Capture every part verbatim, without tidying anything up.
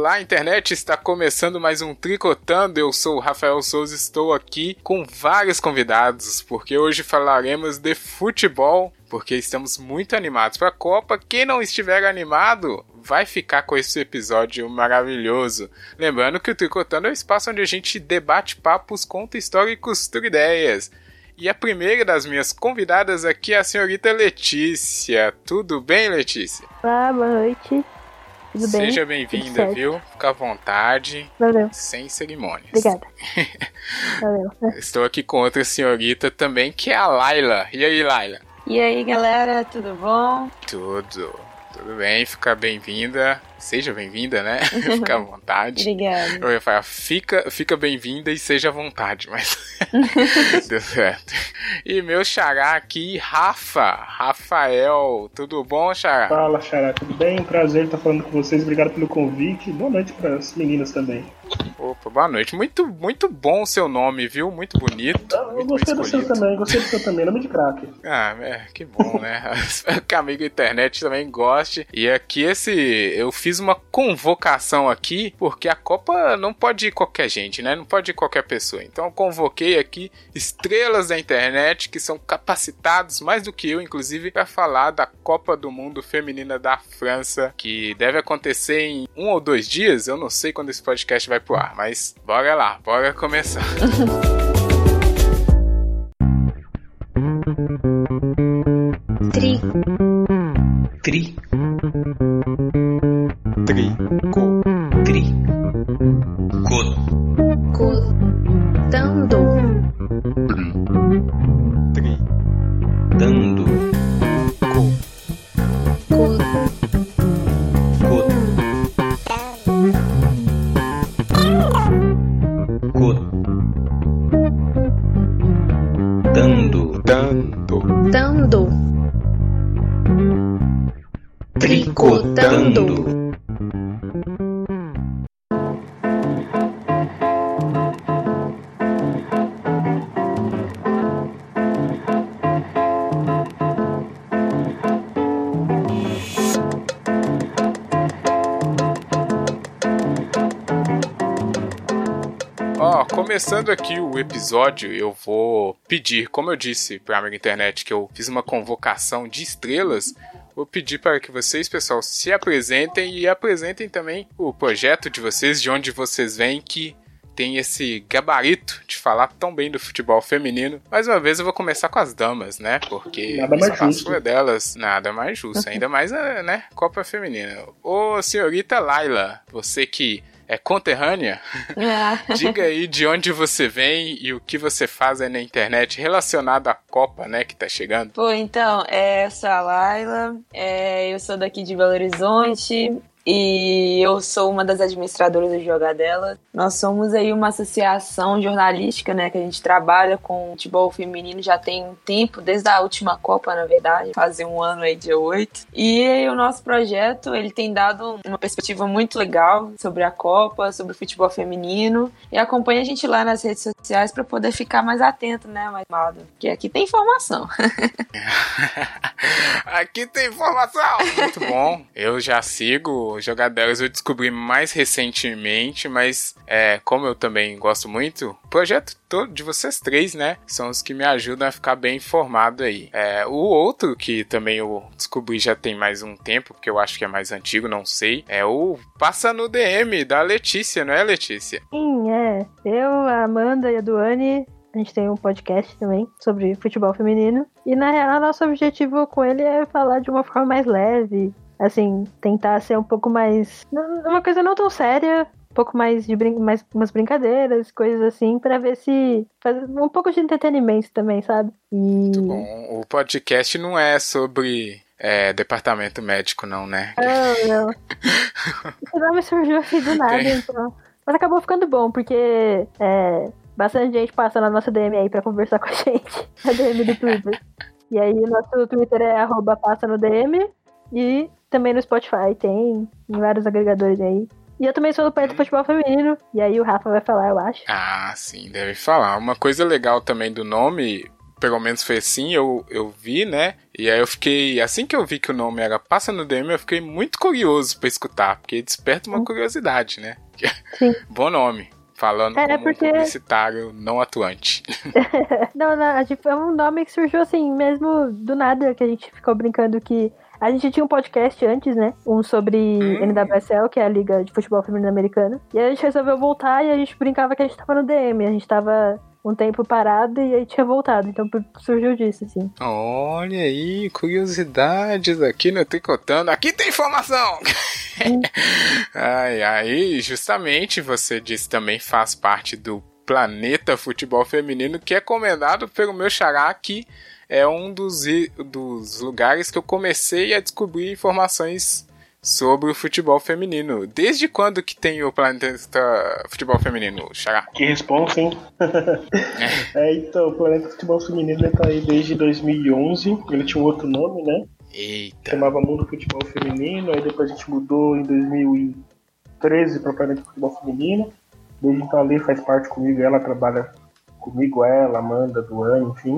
Olá, internet! Está começando mais um Tricotando. Eu sou o Rafael Souza, estou aqui com vários convidados, porque hoje falaremos de futebol, porque estamos muito animados para a Copa. Quem não estiver animado vai ficar com esse episódio maravilhoso. Lembrando que o Tricotando é o espaço onde a gente debate papos, conta história e costura ideias. E a primeira das minhas convidadas aqui é a senhorita Letícia. Tudo bem, Letícia? Olá, boa noite. Tudo bem? Seja bem-vinda, viu? Fica à vontade. Valeu. Sem cerimônias. Obrigada. Valeu. Estou aqui com outra senhorita também, que é a Laila. E aí, Laila? E aí, galera, tudo bom? Tudo. Tudo bem, fica bem-vinda. Seja bem-vinda, né? Fica à vontade. Obrigada. Eu ia falar, fica, fica bem-vinda e seja à vontade, mas deu certo. E meu xará aqui, Rafa. Rafael, tudo bom, xará? Fala, xará, tudo bem? Prazer estar falando com vocês, obrigado pelo convite. Boa noite para as meninas também. Opa, boa noite. Muito, muito bom o seu nome, viu? Muito bonito. Eu muito gostei do seu também, gostei do seu também, nome de craque. Ah, é, que bom, né? Que amigo internet também goste. E aqui esse, eu fiz uma convocação aqui, porque a Copa não pode ir qualquer gente, né? Não pode ir qualquer pessoa. Então eu convoquei aqui estrelas da internet que são capacitados, mais do que eu, inclusive, para falar da Copa do Mundo Feminina da França, que deve acontecer em um ou dois dias. Eu não sei quando esse podcast vai pro ar, mas bora lá, bora começar. Tri. Tri. Trico. Tri. Co. Cotando. Tri. Dando. Co. Co. Co. Co. Dando. Dando. Dando. Tricotando. Ó, começando aqui o episódio, eu vou pedir, como eu disse pra amiga internet, que eu fiz uma convocação de estrelas. Vou pedir para que vocês, pessoal, se apresentem e apresentem também o projeto de vocês, de onde vocês vêm, que tem esse gabarito de falar tão bem do futebol feminino. Mais uma vez eu vou começar com as damas, né? Porque Nada mais a justo. sua delas, nada mais justo. Ainda mais, né? Copa Feminina. Ô, senhorita Laila, você que é conterrânea, diga aí de onde você vem e o que você faz aí na internet relacionado à Copa, né, que tá chegando. Pô, então, é, eu sou a Laila, é, eu sou daqui de Belo Horizonte e eu sou uma das administradoras do Jogadela. Nós somos aí uma associação jornalística, né, que a gente trabalha com futebol feminino já tem um tempo, desde a última Copa, na verdade, fazia um ano aí, dia oito. E o nosso projeto, ele tem dado uma perspectiva muito legal sobre a Copa, sobre o futebol feminino, e acompanha a gente lá nas redes sociais para poder ficar mais atento, né, mais amado, porque aqui tem informação. Aqui tem informação! Muito bom. Eu já sigo Jogadelas, eu descobri mais recentemente, mas é, como eu também gosto muito, o projeto todo de vocês três, né, são os que me ajudam a ficar bem informado aí. É, o outro que também eu descobri já tem mais um tempo, porque eu acho que é mais antigo, não sei, é o Passa no D M da Letícia, não é, Letícia? Sim, é. Eu, a Amanda e a Duane, a gente tem um podcast também sobre futebol feminino. E na real, nosso objetivo com ele é falar de uma forma mais leve. Assim, tentar ser um pouco mais... Uma coisa não tão séria, um pouco mais de brin... mais, umas brincadeiras, coisas assim, pra ver se... Fazer um pouco de entretenimento também, sabe? E... Muito bom. O podcast não é sobre... É, departamento médico não, né? Não, não. Esse nome surgiu assim do nada, Tem. então. Mas acabou ficando bom, porque é, bastante gente passa na nossa D M aí pra conversar com a gente. A D M do Twitter. E aí, nosso Twitter é arroba passa no D M. E também no Spotify tem, em vários agregadores aí. E eu também sou do Pai do Futebol Feminino. E aí o Rafa vai falar, eu acho. Ah, sim, deve falar. Uma coisa legal também do nome... pelo menos foi assim, eu, eu vi, né? E aí eu fiquei, assim que eu vi que o nome era Passa no D M, eu fiquei muito curioso pra escutar, porque desperta uma curiosidade, né? Sim. Bom nome. Falando É, como porque- um publicitário não atuante. Não, não, tipo, é um nome que surgiu assim, mesmo do nada, que a gente ficou brincando que... A gente tinha um podcast antes, né? Um sobre Hum. N W S L, que é a Liga de Futebol Feminino Americana. E aí a gente resolveu voltar e a gente brincava que a gente tava no D M. A gente tava um tempo parado e aí tinha voltado. Então surgiu disso, assim. Olha aí, curiosidades aqui no Tricotando. Aqui tem informação! Ai, aí, justamente, você disse também faz parte do Planeta Futebol Feminino, que é comandado pelo meu xará, que é um dos, i- dos lugares que eu comecei a descobrir informações sobre o futebol feminino. Desde quando que tem o Planeta Futebol Feminino, xará? Que responsa, hein? É, então, o Planeta Futebol Feminino ele tá aí desde dois mil e onze. Ele tinha um outro nome, né? Eita. Chamava Mundo Futebol Feminino. Aí depois a gente mudou em dois mil e treze para o Planeta Futebol Feminino. Desde então a Lê faz parte comigo. Ela trabalha comigo, ela, Amanda, Duane, enfim.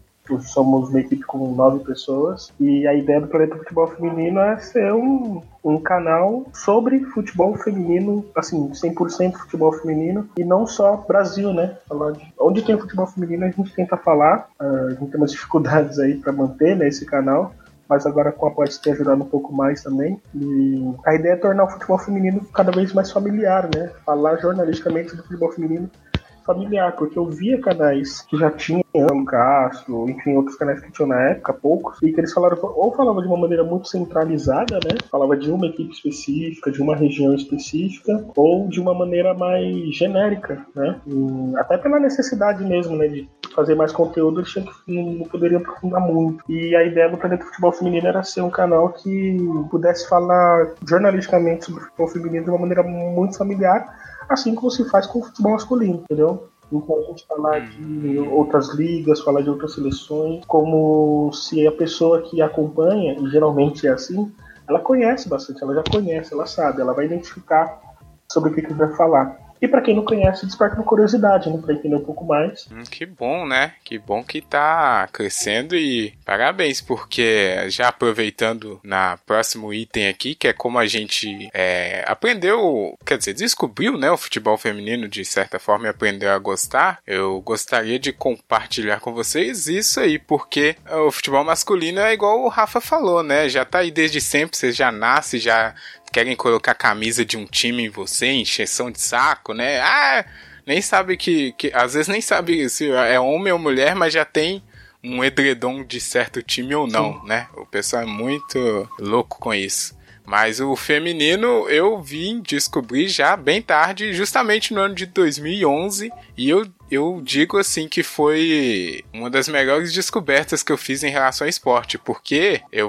Somos uma equipe com nove pessoas. E a ideia do Planeta Futebol Feminino é ser um, um canal sobre futebol feminino, assim, cem por cento futebol feminino, e não só Brasil, né? Falar de onde tem futebol feminino a gente tenta falar. Uh, a gente tem umas dificuldades aí para manter, né, esse canal, mas agora com a Pode ter ajudado um pouco mais também. E a ideia é tornar o futebol feminino cada vez mais familiar, né? Falar jornalisticamente do futebol feminino familiar, porque eu via canais que já tinham o Castro, enfim, outros canais que tinham na época, poucos, e que eles falaram, ou falavam de uma maneira muito centralizada, né? Falava de uma equipe específica, de uma região específica, ou de uma maneira mais genérica, né? E até pela necessidade mesmo, né, de fazer mais conteúdo, eles tinham que, não poderiam aprofundar muito. E a ideia do Planeta Futebol Feminino era ser um canal que pudesse falar jornalisticamente sobre o futebol feminino de uma maneira muito familiar, assim como se faz com o futebol masculino, entendeu? Então a gente falar de outras ligas, falar de outras seleções, como se a pessoa que acompanha, e geralmente é assim, ela conhece bastante, ela já conhece, ela sabe, ela vai identificar sobre o que, que vai falar. E pra quem não conhece, desperta uma curiosidade, né? Pra entender um pouco mais. Hum, que bom, né? Que bom que tá crescendo e parabéns, porque já aproveitando na próximo item aqui, que é como a gente é, aprendeu, quer dizer, descobriu, né, o futebol feminino de certa forma e aprendeu a gostar, eu gostaria de compartilhar com vocês isso aí, porque o futebol masculino é igual o Rafa falou, né? Já tá aí desde sempre, você já nasce, já querem colocar a camisa de um time em você, encheção de saco, né? Ah, nem sabe que, que... Às vezes nem sabe se é homem ou mulher, mas já tem um edredom de certo time ou não, Sim. né? O pessoal é muito louco com isso. Mas o feminino eu vim descobrir já bem tarde, justamente no ano de dois mil e onze, e eu, eu digo assim que foi uma das melhores descobertas que eu fiz em relação ao esporte, porque eu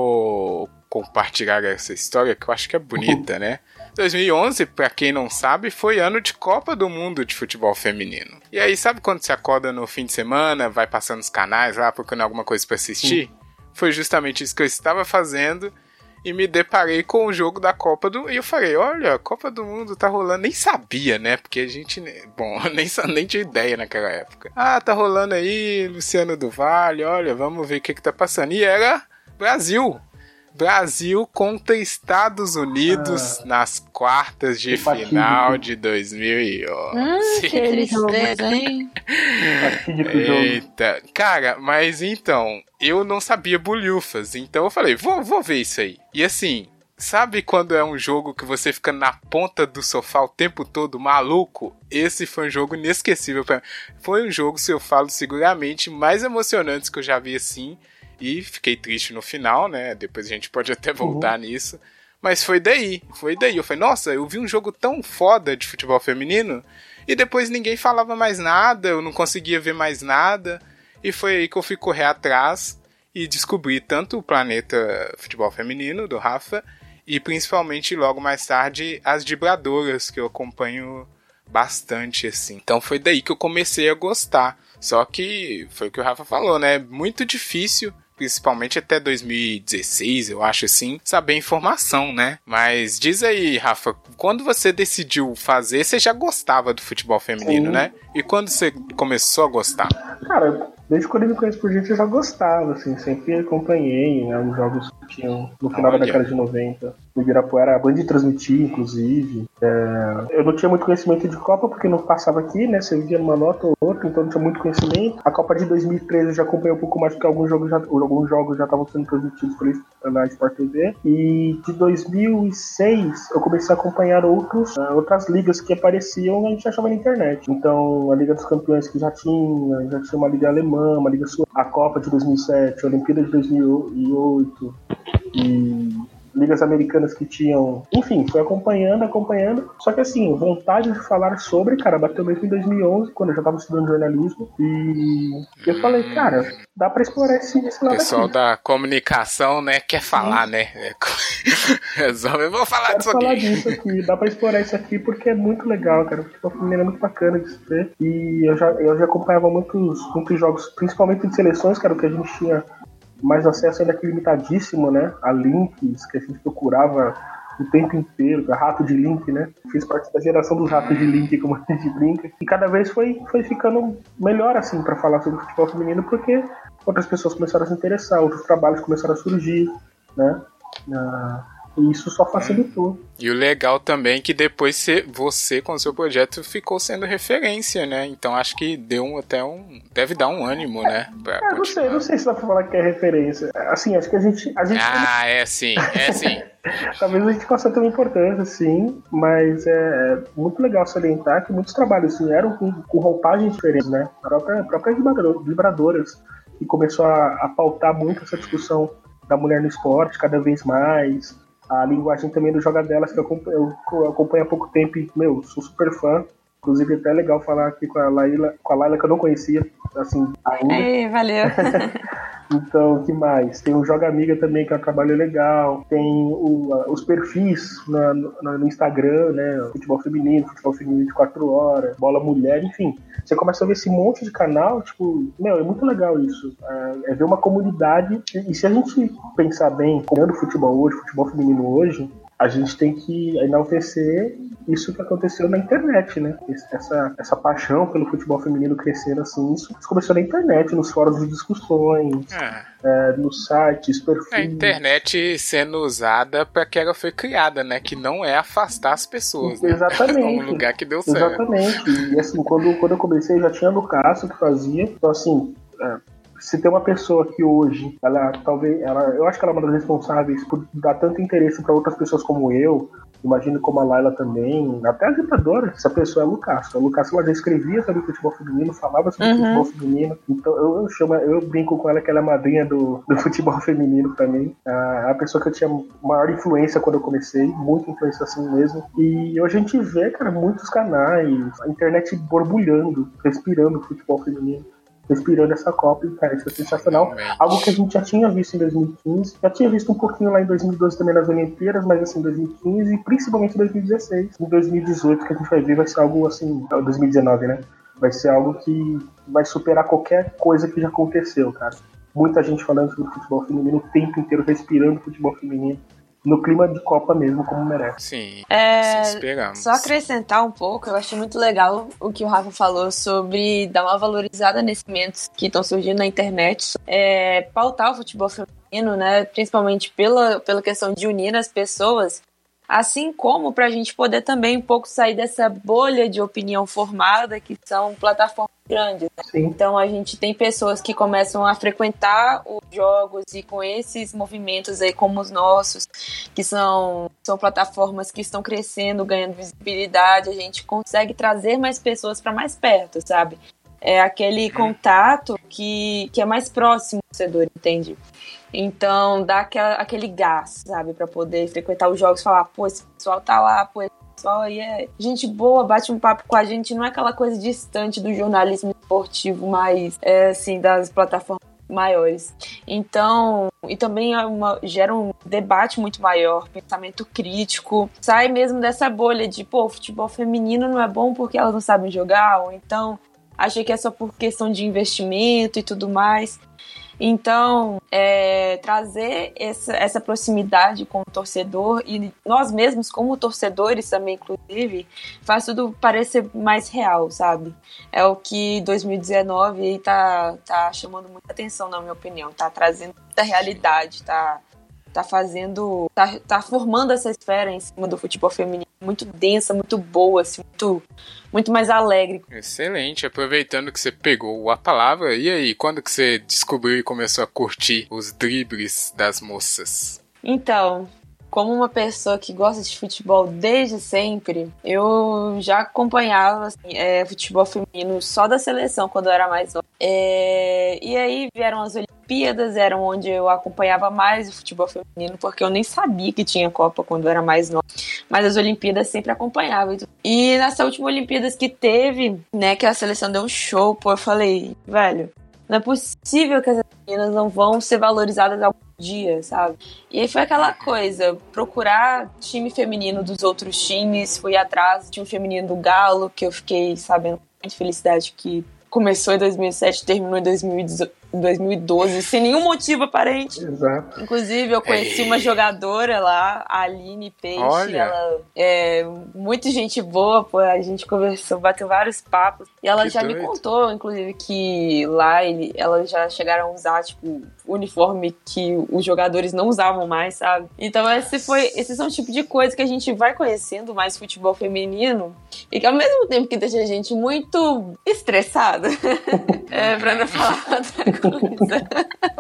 vou compartilhar essa história que eu acho que é bonita, né? dois mil e onze, pra quem não sabe, foi ano de Copa do Mundo de futebol feminino. E aí, sabe quando você acorda no fim de semana, vai passando os canais lá, procurando alguma coisa pra assistir? Sim. Foi justamente isso que eu estava fazendo e me deparei com o jogo da Copa do... E eu falei, olha, a Copa do Mundo tá rolando. Nem sabia, né? Porque a gente... Bom, nem, nem tinha ideia naquela época. Ah, tá rolando aí, Luciano do Vale, olha, vamos ver o que que tá passando. E era Brasil. Brasil contra Estados Unidos ah, nas quartas de final de dois mil e onze. Hum, que tristeza, hein? Eita. Cara, mas então, eu não sabia bolhufas, então eu falei, vou, vou ver isso aí. E assim, sabe quando é um jogo que você fica na ponta do sofá o tempo todo, maluco? Esse foi um jogo inesquecível pra mim. Foi um jogo, se eu falo seguramente, mais emocionante que eu já vi assim. E fiquei triste no final, né? Depois a gente pode até voltar uhum. nisso. Mas foi daí, foi daí. Eu falei, nossa, eu vi um jogo tão foda de futebol feminino e depois ninguém falava mais nada, eu não conseguia ver mais nada. E foi aí que eu fui correr atrás e descobri tanto o Planeta Futebol Feminino, do Rafa, e principalmente logo mais tarde as Dribradoras, que eu acompanho bastante, assim. Então foi daí que eu comecei a gostar. Só que foi o que o Rafa falou, né? Muito difícil, principalmente até dois mil e dezesseis, eu acho assim, saber informação, né? Mas diz aí, Rafa, quando você decidiu fazer, você já gostava do futebol feminino, Sim. né? E quando você começou a gostar? Cara, desde quando eu me conheço por gente, eu já gostava, assim, sempre acompanhei, né, os jogos que tinham no final da década de noventa. No Ibirapuera, a Band transmitia, inclusive. É, eu não tinha muito conhecimento de Copa, porque não passava aqui, né, você via numa nota ou outra, então não tinha muito conhecimento. A Copa de dois mil e treze eu já acompanhei um pouco mais, porque alguns jogos já, alguns jogos já estavam sendo transmitidos pela Sport T V. E de dois mil e seis eu comecei a acompanhar outros, uh, outras ligas que apareciam e a gente achava na internet. Então, a Liga dos Campeões que já tinha, já tinha uma Liga Alemã, uma Liga Sul, a Copa de dois mil e sete, a Olimpíada de dois mil e oito e ligas americanas que tinham... Enfim, foi acompanhando, acompanhando. Só que assim, vontade de falar sobre, cara, bateu mesmo em dois mil e onze, quando eu já tava estudando jornalismo. E eu falei, cara, dá pra explorar esse, esse lado aqui. O pessoal da comunicação, né, quer falar, Sim. né? Resolve, eu vou falar Quero disso falar aqui. disso aqui, dá pra explorar isso aqui porque é muito legal, cara. O futebol feminino é muito bacana de se ver. E eu já, eu já acompanhava muitos, muitos jogos, principalmente de seleções, cara, que a gente tinha mais acesso ainda que limitadíssimo, né? A links que a gente procurava o tempo inteiro, a rato de link, né? Fiz parte da geração dos ratos de link, como a gente brinca. E cada vez foi, foi ficando melhor, assim, pra falar sobre o futebol feminino, porque outras pessoas começaram a se interessar, outros trabalhos começaram a surgir, né? Ah, e isso só facilitou. E o legal também é que depois você, você, com o seu projeto, ficou sendo referência, né? Então acho que deu um, até um... Deve dar um ânimo, né? Pra É, não sei, não sei se dá pra falar que é referência. Assim, acho que a gente... A gente ah, tem... é sim, é sim. Talvez a gente possa ter uma importância, sim, mas é muito legal salientar que muitos trabalhos assim, eram com, com roupagens diferentes, né? A própria, a própria Vibradoras, que começou a, a pautar muito essa discussão da mulher no esporte, cada vez mais. A linguagem também do Jogadelas, que eu acompanho, eu acompanho há pouco tempo e, meu, sou super fã. Inclusive, é até legal falar aqui com a Laila, com a Laila que eu não conhecia, assim, ainda. Ei, valeu. Então, o que mais? Tem o Joga Amiga também, que é um trabalho legal. Tem o, uh, os perfis na, no, no Instagram, né? Futebol feminino, futebol feminino vinte e quatro horas, bola mulher, enfim. Você começa a ver esse monte de canal, tipo, meu, é muito legal isso. É, é ver uma comunidade. E, e se a gente pensar bem, olhando o futebol hoje, futebol feminino hoje, a gente tem que enaltecer isso que aconteceu na internet, né? Essa, essa paixão pelo futebol feminino crescendo assim, isso começou na internet, nos fóruns de discussões, É. É, nos sites, perfis. A internet sendo usada para que ela foi criada, né? Que não é afastar as pessoas, né? Exatamente. Um lugar que deu certo. Exatamente. E assim, quando, quando eu comecei, já tinha no Cássio que fazia. Então, assim, é, se tem uma pessoa que hoje, ela talvez, ela, eu acho que ela é uma das responsáveis por dar tanto interesse para outras pessoas como eu, imagino como a Laila também, até a ditadora, essa pessoa é a Lucas. A Lucas, ela já escrevia sobre futebol feminino, falava sobre Uhum. futebol feminino. Então eu, eu, chamo, eu brinco com ela que ela é a madrinha do, do futebol feminino pra mim. A, a pessoa que eu tinha maior influência quando eu comecei, muita influência assim mesmo. E hoje a gente vê, cara, muitos canais, a internet borbulhando, respirando futebol feminino. Respirando essa Copa, e, cara, isso é sensacional. Realmente. Algo que a gente já tinha visto em dois mil e quinze, já tinha visto um pouquinho lá em dois mil e doze também nas Olimpíadas, mas assim, em dois mil e quinze e principalmente em dois mil e dezesseis. Em dois mil e dezoito, que a gente vai ver, vai ser algo assim, dois mil e dezenove, né? Vai ser algo que vai superar qualquer coisa que já aconteceu, cara. Muita gente falando sobre futebol feminino, o tempo inteiro respirando futebol feminino, no clima de Copa mesmo, como merece. Sim, É, sim, esperamos. Só acrescentar um pouco, eu achei muito legal o que o Rafa falou sobre dar uma valorizada nesses momentos que estão surgindo na internet, é, pautar o futebol feminino, né, principalmente pela, pela questão de unir as pessoas, assim como para a gente poder também um pouco sair dessa bolha de opinião formada que são plataformas grandes. Né? Sim. Então a gente tem pessoas que começam a frequentar os jogos e com esses movimentos aí como os nossos, que são, são plataformas que estão crescendo, ganhando visibilidade, a gente consegue trazer mais pessoas para mais perto, sabe? É aquele contato que, que é mais próximo do torcedor, entende? Então dá aquela, aquele gás, sabe? Pra poder frequentar os jogos e falar, pô, esse pessoal tá lá, pô, esse pessoal aí é gente boa, bate um papo com a gente, não é aquela coisa distante do jornalismo esportivo, mas é assim, das plataformas maiores. Então, e também é uma, gera um debate muito maior, pensamento crítico, sai mesmo dessa bolha de, pô, futebol feminino não é bom porque elas não sabem jogar, ou então achei que é só por questão de investimento e tudo mais. Então, é, trazer essa, essa proximidade com o torcedor e nós mesmos, como torcedores também, inclusive, faz tudo parecer mais real, sabe? É o que dois mil e dezenove tá, tá chamando muita atenção, na minha opinião. Tá trazendo muita realidade, tá, tá fazendo... Tá, tá formando essa esfera em cima do futebol feminino muito densa, muito boa, assim, muito, muito mais alegre. Excelente, aproveitando que você pegou a palavra, e aí, quando que você descobriu e começou a curtir os dribles das moças? Então, como uma pessoa que gosta de futebol desde sempre, eu já acompanhava assim, é, futebol feminino só da seleção quando eu era mais nova. É, e aí vieram as Olimpíadas, eram onde eu acompanhava mais o futebol feminino, porque eu nem sabia que tinha Copa quando eu era mais nova. Mas as Olimpíadas sempre acompanhava. E nessa última Olimpíadas que teve, né, que a seleção deu um show, pô, eu falei, velho, não é possível que as meninas não vão ser valorizadas algum dia, sabe? E aí foi aquela coisa, procurar time feminino dos outros times, fui atrás do time feminino do Galo, que eu fiquei sabendo com muita felicidade que começou em dois mil e sete, terminou em dois mil e doze, sem nenhum motivo aparente. Exato. Inclusive, eu conheci uma jogadora lá, a Aline Peixe. Olha. Ela é muito gente boa, pô, a gente conversou, bateu vários papos. E ela Que já doido. me contou, inclusive, que lá ele, elas já chegaram a usar, tipo, uniforme que os jogadores não usavam mais, sabe? Então, esse foi, esses são o tipo de coisa que a gente vai conhecendo mais futebol feminino e que, ao mesmo tempo que deixa a gente muito estressada, é, pra não falar outra coisa,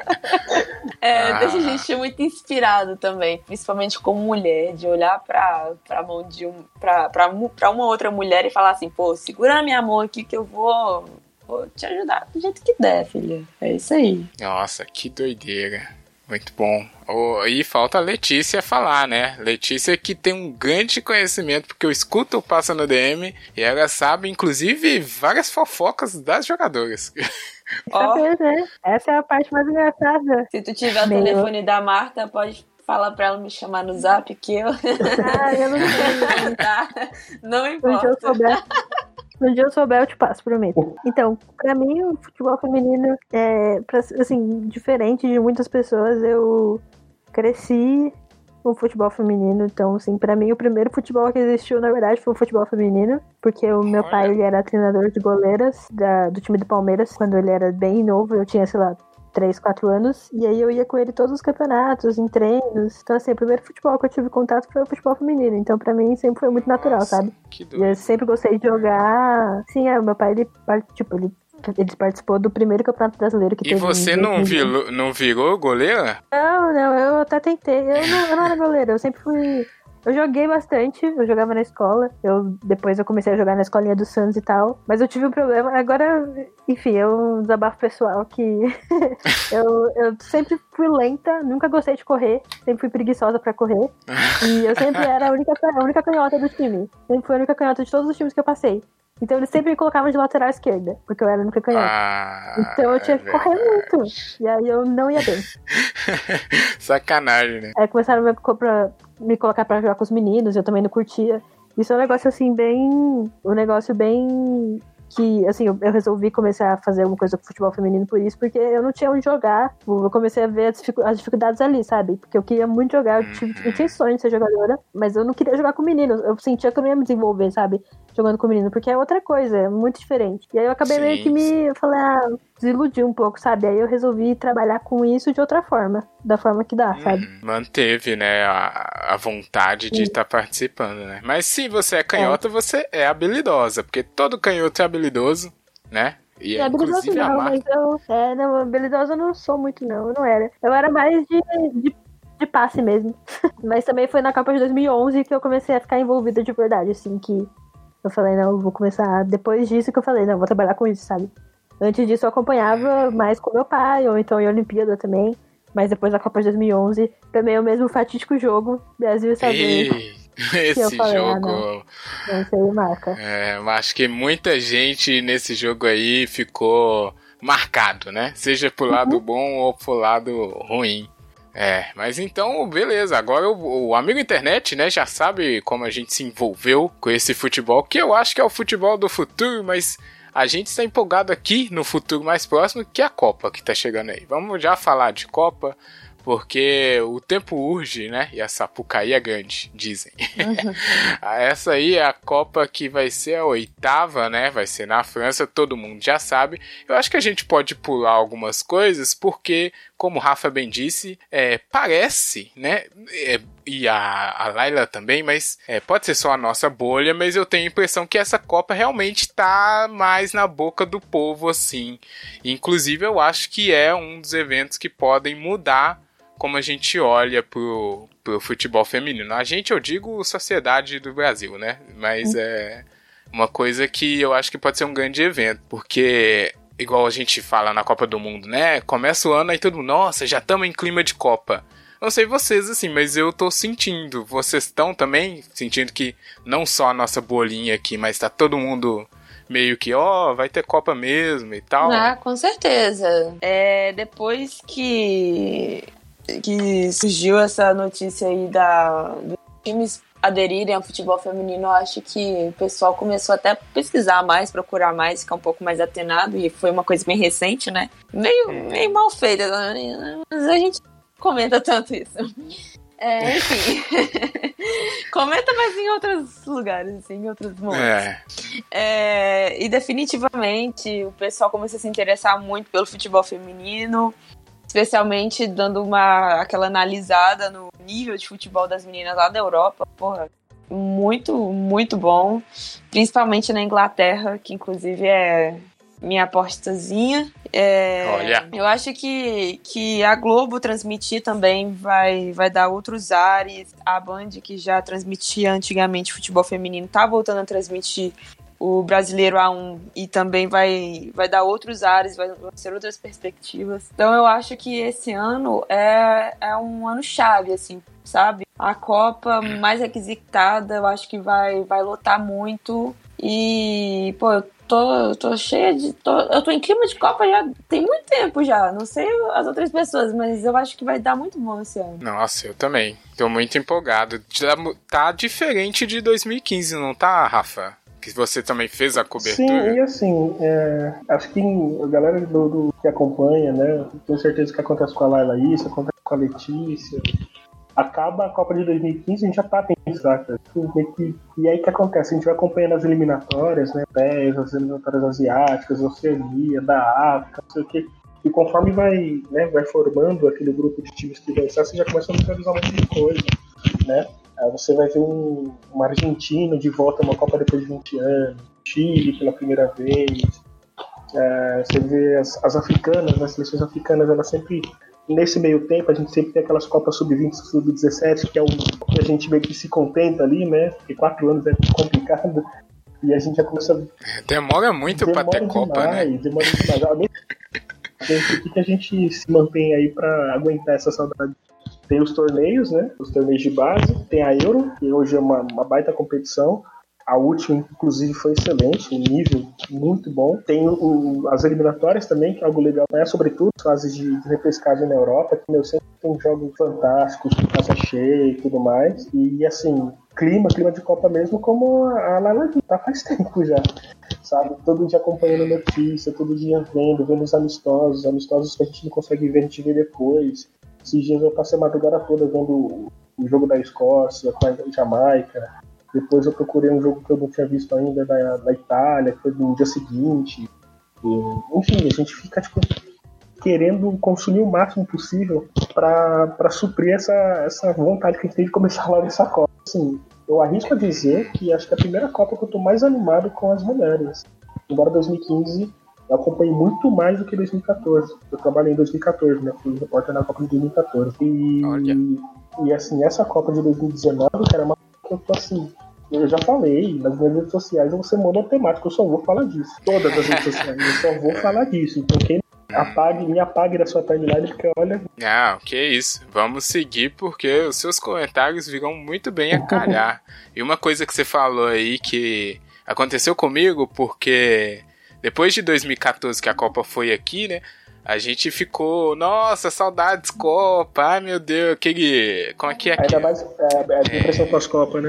é, Ah. deixa a gente muito inspirado também, principalmente como mulher, de olhar pra, pra mão de um, pra, pra, mu- pra uma outra mulher e falar assim, pô, segura na minha mão aqui que eu vou, vou te ajudar do jeito que der, filha. É isso aí. Nossa, que doideira. Muito bom. Oh, e falta a Letícia falar, né? Letícia que tem um grande conhecimento, porque eu escuto o Passa no D M e ela sabe, inclusive, várias fofocas das jogadoras. Ó, Saber, né? Essa é a parte mais engraçada. se tu tiver o Meu. telefone da Marta, pode falar pra ela me chamar no zap que eu... Ah, eu não sei. tá? Não No dia eu importa. souber, no dia eu souber, eu te passo, prometo. Então, pra mim, o futebol feminino é, pra- assim, diferente de muitas pessoas, eu cresci com o futebol feminino. Então, assim, pra mim, o primeiro futebol que existiu, na verdade, foi o futebol feminino. Porque o meu Olha. pai, ele era treinador de goleiras da- do time do Palmeiras. Quando ele era bem novo, eu tinha, sei lá, três, quatro anos. E aí eu ia com ele em todos os campeonatos, em treinos. Então, assim, o primeiro futebol que eu tive contato foi o futebol feminino. Então, pra mim, sempre foi muito natural, Nossa, sabe? Que E doido. eu sempre gostei de jogar. Sim, é, o meu pai, ele, par- tipo, ele, ele participou do primeiro campeonato brasileiro que E teve. você em não, dois mil. virou, não virou goleira? Não, não, eu até tentei. Eu não, eu não era goleiro, eu sempre fui. Eu joguei bastante, eu jogava na escola. Eu, depois eu comecei a jogar na escolinha do Santos e tal. Mas eu tive um problema. Agora, enfim, é um desabafo pessoal que eu, eu sempre fui lenta, nunca gostei de correr, sempre fui preguiçosa pra correr. E eu sempre era a única, a única canhota do time. Sempre fui a única canhota de todos os times que eu passei. Então eles sempre me colocavam de lateral esquerda, porque eu era a única canhota. Ah, Então eu tinha que é correr verdade. muito. E aí eu não ia bem. Sacanagem, né? Aí começaram a me, co- pra- me colocar pra jogar com os meninos, eu também não curtia. Isso é um negócio assim, bem. Um negócio bem. Que, assim, eu, eu resolvi começar a fazer alguma coisa com futebol feminino por isso, porque eu não tinha onde jogar. Eu comecei a ver as, dificu- as dificuldades ali, sabe? Porque eu queria muito jogar, eu, tive, eu tinha sonho de ser jogadora, mas eu não queria jogar com meninos. Eu sentia que eu não ia me desenvolver, sabe? Jogando com menino, porque é outra coisa, é muito diferente. E aí eu acabei Sim, meio que me. sim. Eu falei, ah, desiludi um pouco, sabe? Aí eu resolvi trabalhar com isso de outra forma, da forma que dá, sabe? Hum, manteve, né, a, a vontade de Sim. estar participando, né? Mas se você é canhota, você é habilidosa, porque todo canhoto é habilidoso, né? E É habilidosa inclusive a não, Marta. mas eu. É, não, habilidosa eu não sou muito, não. Eu não era. Eu era mais de, de, de passe mesmo. Mas também foi na Copa de dois mil e onze que eu comecei a ficar envolvida de verdade, assim, que eu falei, não, eu vou começar. Depois disso que eu falei, não, eu vou trabalhar com isso, sabe? Antes disso eu acompanhava mais com meu pai, ou então em Olimpíada também. Mas depois da Copa de dois mil e onze, também é o mesmo fatídico jogo, Brasil e Estados Unidos. Ei, que eu esse falei, ah, jogo. não. Não sei, marca. É, eu acho que muita gente nesse jogo aí ficou marcado, né? Seja pro lado bom ou pro lado ruim. É, mas então, beleza. Agora o, o amigo internet, né, já sabe como a gente se envolveu com esse futebol, que eu acho que é o futebol do futuro, mas a gente está empolgado aqui no futuro mais próximo, que é a Copa que tá chegando aí. Vamos já falar de Copa, porque o tempo urge, né? E a Sapucaí é grande, dizem. Uhum. Essa aí é a Copa que vai ser a oitava, né? Vai ser na França, todo mundo já sabe. Eu acho que a gente pode pular algumas coisas, porque, como o Rafa bem disse, é, parece, né? É, e a, a Laila também, mas é, pode ser só a nossa bolha, mas eu tenho a impressão que essa Copa realmente tá mais na boca do povo, assim. Inclusive, eu acho que é um dos eventos que podem mudar como a gente olha pro, pro futebol feminino. A gente, eu digo, sociedade do Brasil, né? Mas uhum. é uma coisa que eu acho que pode ser um grande evento, porque, igual a gente fala na Copa do Mundo, né? Começa o ano aí todo mundo, nossa, já estamos em clima de Copa. Não sei vocês, assim, mas eu tô sentindo. Vocês estão também sentindo que não só a nossa bolinha aqui, mas tá todo mundo meio que, ó, oh, vai ter Copa mesmo e tal? Ah, com certeza. É, depois que... que surgiu essa notícia aí da, dos times aderirem ao futebol feminino, eu acho que o pessoal começou até a pesquisar mais, procurar mais, ficar um pouco mais atenado, e foi uma coisa bem recente, né? Meio, meio mal feita, mas a gente comenta tanto isso. É, enfim. Comenta mais em outros lugares, assim, em outros momentos. É. É, e definitivamente o pessoal começou a se interessar muito pelo futebol feminino, especialmente dando uma, aquela analisada no nível de futebol das meninas lá da Europa. Porra, muito, muito bom. Principalmente na Inglaterra, que inclusive é minha apostazinha. É, Olha. Eu acho que, que a Globo transmitir também vai, vai dar outros ares. A Band, que já transmitia antigamente futebol feminino, tá voltando a transmitir o Brasileiro A um e também vai, vai dar outros ares, vai ser outras perspectivas. Então eu acho que esse ano é, é um ano chave, assim, sabe? A Copa mais requisitada, eu acho que vai, vai lotar muito. E, pô, eu tô, tô cheia de... Tô, eu tô em clima de Copa já tem muito tempo já. Não sei as outras pessoas, mas eu acho que vai dar muito bom esse ano. Nossa, eu também. Tô muito empolgado. Já tá diferente de dois mil e quinze, não tá, Rafa? Que você também fez a cobertura. Sim, e assim, é, acho que a galera do, do, que acompanha, né, tenho certeza que acontece com a Laila isso, acontece com a Letícia. Acaba a Copa de dois mil e quinze, a gente já tá pensando. E aí o que acontece? A gente vai acompanhando as eliminatórias, né, as eliminatórias asiáticas, Oceania, da África, não sei o quê. E conforme vai, né, vai formando aquele grupo de times que vai estar, você já começa a visualizar um monte de coisa, né? Aí você vai ver um, um argentino de volta a uma Copa depois de vinte anos, Chile pela primeira vez, é, você vê as, as africanas, né, as seleções africanas, elas sempre, nesse meio tempo, a gente sempre tem aquelas Copas sub vinte, sub dezessete, que é o que a gente meio que se contenta ali, né, porque quatro anos é complicado, e a gente já começa a... Demora muito demora pra ter demais, Copa, né? Demora demais, o que a gente se mantém aí pra aguentar essa saudade? Tem os torneios, né? Os torneios de base. Tem a Euro, que hoje é uma, uma baita competição. A última, inclusive, foi excelente. Um nível muito bom. Tem o, as eliminatórias também, que é algo legal. Né? Sobretudo, fases de, de repescagem na Europa, que, meu, sempre tem jogos fantásticos, com casa cheia e tudo mais. E, assim, clima, clima de Copa mesmo, como a Laila tá faz tempo já. Sabe? Todo dia acompanhando notícia, todo dia vendo, vendo os amistosos. Amistosos que a gente não consegue ver, a gente vê depois. Esses dias eu passei a madrugada toda vendo o jogo da Escócia com a Jamaica. Depois eu procurei um jogo que eu não tinha visto ainda da, da Itália, que foi no dia seguinte. E, enfim, a gente fica tipo, querendo consumir o máximo possível para suprir essa, essa vontade que a gente tem de começar logo essa Copa. Assim, eu arrisco a dizer que acho que é a primeira Copa que eu tô mais animado com as mulheres. Embora dois mil e quinze... eu acompanhei muito mais do que dois mil e catorze. Eu trabalhei em dois mil e catorze, né? Fui repórter na Copa de dois mil e catorze. E, e assim, essa Copa de dois mil e dezenove, cara, é uma coisa que eu tô assim... Eu já falei, nas minhas redes sociais eu vou ser monotemático, eu só vou falar disso. Todas as redes sociais, eu só vou falar disso. Então quem apague, me apague da sua timeline, porque olha... Ah, que isso. Vamos seguir, porque os seus comentários virão muito bem a calhar. E uma coisa que você falou aí que aconteceu comigo, porque... depois de dois mil e catorze, que a Copa foi aqui, né? A gente ficou, nossa, saudades Copa, ai meu Deus, aquele... como é que é aqui? Ainda mais é, é a impressão é... pós-Copa, né?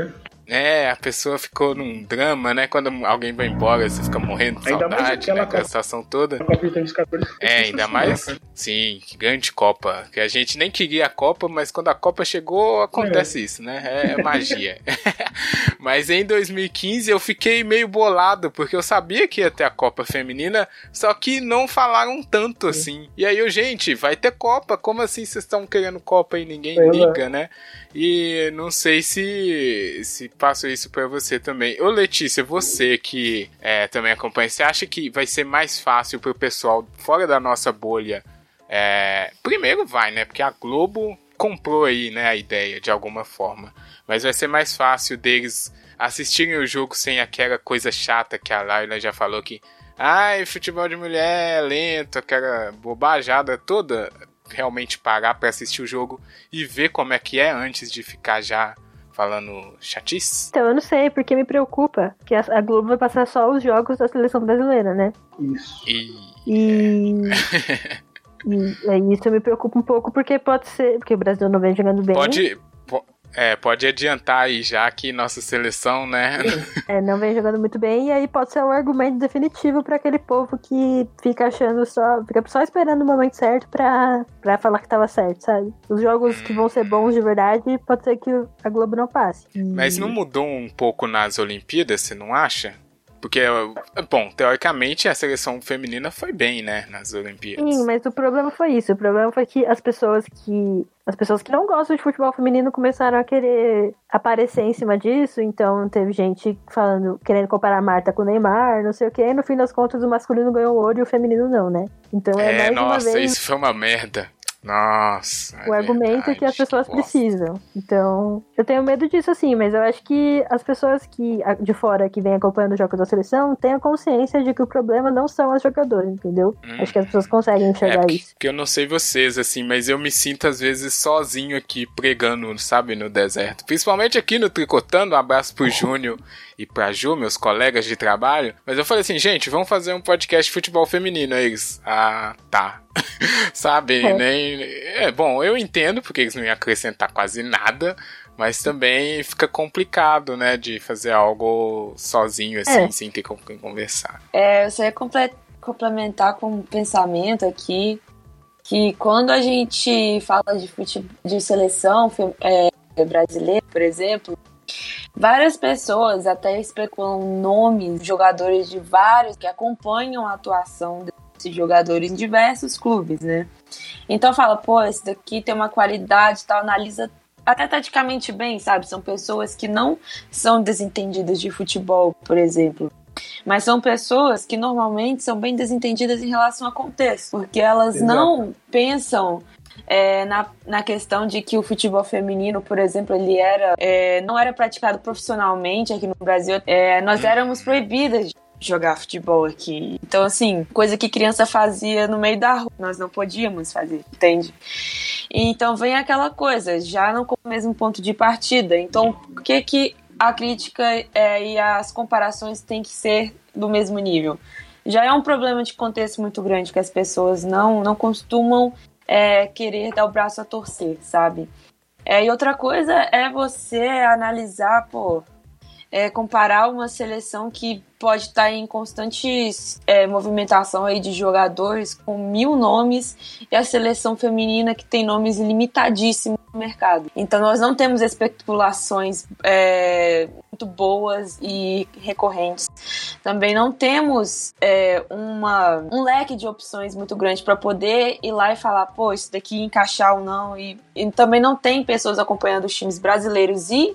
É, a pessoa ficou num drama, né? Quando alguém vai embora, você fica morrendo de Ainda mais saudade, aquela né? Aquela Copa- situação toda. A Copa de dois mil e quatorze foi É, ainda sensacional, mais, cara. sim, que grande Copa. Que a gente nem queria a Copa, mas quando a Copa chegou, acontece isso, né? É magia. Mas em dois mil e quinze eu fiquei meio bolado, porque eu sabia que ia ter a Copa Feminina, só que não falaram tanto assim. E aí eu, gente, vai ter Copa, como assim vocês estão querendo Copa e ninguém Pois é. liga, né? E não sei se, se passo isso pra você também. Ô Letícia, você que é, também acompanha, você acha que vai ser mais fácil pro pessoal fora da nossa bolha? É, primeiro vai, né? Porque a Globo comprou aí, né, a ideia de alguma forma. Mas vai ser mais fácil deles assistirem o jogo sem aquela coisa chata que a Laila já falou que ai, futebol de mulher é lento, aquela bobajada toda. Realmente parar pra assistir o jogo e ver como é que é antes de ficar já falando chatice? Então, eu não sei, porque me preocupa que a a Globo vai passar só os jogos da seleção brasileira, né? Isso. E... E, e aí isso me preocupa um pouco, porque pode ser, porque o Brasil não vem jogando bem. Pode, po- é, pode adiantar aí já que nossa seleção, né? É, não vem jogando muito bem, e aí pode ser um argumento definitivo pra aquele povo que fica achando só, fica só esperando o momento certo pra, pra falar que tava certo, sabe? Os jogos que vão ser bons de verdade, pode ser que a Globo não passe. E- Mas não mudou um pouco nas Olimpíadas, você não acha? Porque, bom, teoricamente a seleção feminina foi bem, né, nas Olimpíadas. Sim, mas o problema foi isso. O problema foi que as pessoas que as pessoas que não gostam de futebol feminino começaram a querer aparecer em cima disso. Então teve gente falando, querendo comparar a Marta com o Neymar, não sei o que. E no fim das contas o masculino ganhou ouro e o feminino não, né? Então é, É, mais nossa, uma vez isso foi uma merda. Nossa. o é argumento verdade, que as pessoas bosta. precisam. Então, eu tenho medo disso, assim, mas eu acho que as pessoas que de fora que vêm acompanhando os jogos da seleção têm a consciência de que o problema não são as jogadoras, entendeu? Hum. Acho que as pessoas conseguem É, enxergar porque, isso. porque eu não sei vocês, assim, mas eu me sinto às vezes sozinho aqui pregando, sabe, no deserto. Principalmente aqui no Tricotando, um abraço pro Júnior e pra Ju, meus colegas de trabalho. Mas eu falei assim, gente, vamos fazer um podcast de futebol feminino. Aí eles, ah, tá. Sabe, É. nem... É, bom, eu entendo porque eles não iam acrescentar quase nada, mas também fica complicado, né, de fazer algo sozinho, assim, É. sem ter com quem conversar. É, eu só ia comple- complementar com um pensamento aqui, que quando a gente fala de, fute- de seleção fe- é, brasileira, por exemplo, várias pessoas até especulam nomes de jogadores de vários que acompanham a atuação desses jogadores em diversos clubes, né? Então fala, pô, esse daqui tem uma qualidade e tal, analisa até taticamente bem, sabe? São pessoas que não são desentendidas de futebol, por exemplo. Mas são pessoas que normalmente são bem desentendidas em relação ao contexto, porque elas Exato. não pensam é, na, na questão de que o futebol feminino, por exemplo, ele era é, não era praticado profissionalmente aqui no Brasil. É, nós éramos proibidas de jogar futebol aqui. Então, assim, coisa que criança fazia no meio da rua, nós não podíamos fazer, entende? Então vem aquela coisa, já não com o mesmo ponto de partida. Então, por que que a crítica é, e as comparações têm que ser do mesmo nível? Já é um problema de contexto muito grande que as pessoas não, não costumam é, querer dar o braço a torcer, sabe? É, e outra coisa é você analisar, pô, é, comparar uma seleção que pode estar em constante é, movimentação aí de jogadores com mil nomes e a seleção feminina que tem nomes limitadíssimos no mercado. Então nós não temos especulações é, muito boas e recorrentes. Também não temos é, uma, um leque de opções muito grande para poder ir lá e falar, pô, isso daqui encaixar ou não. E, e também não tem pessoas acompanhando os times brasileiros e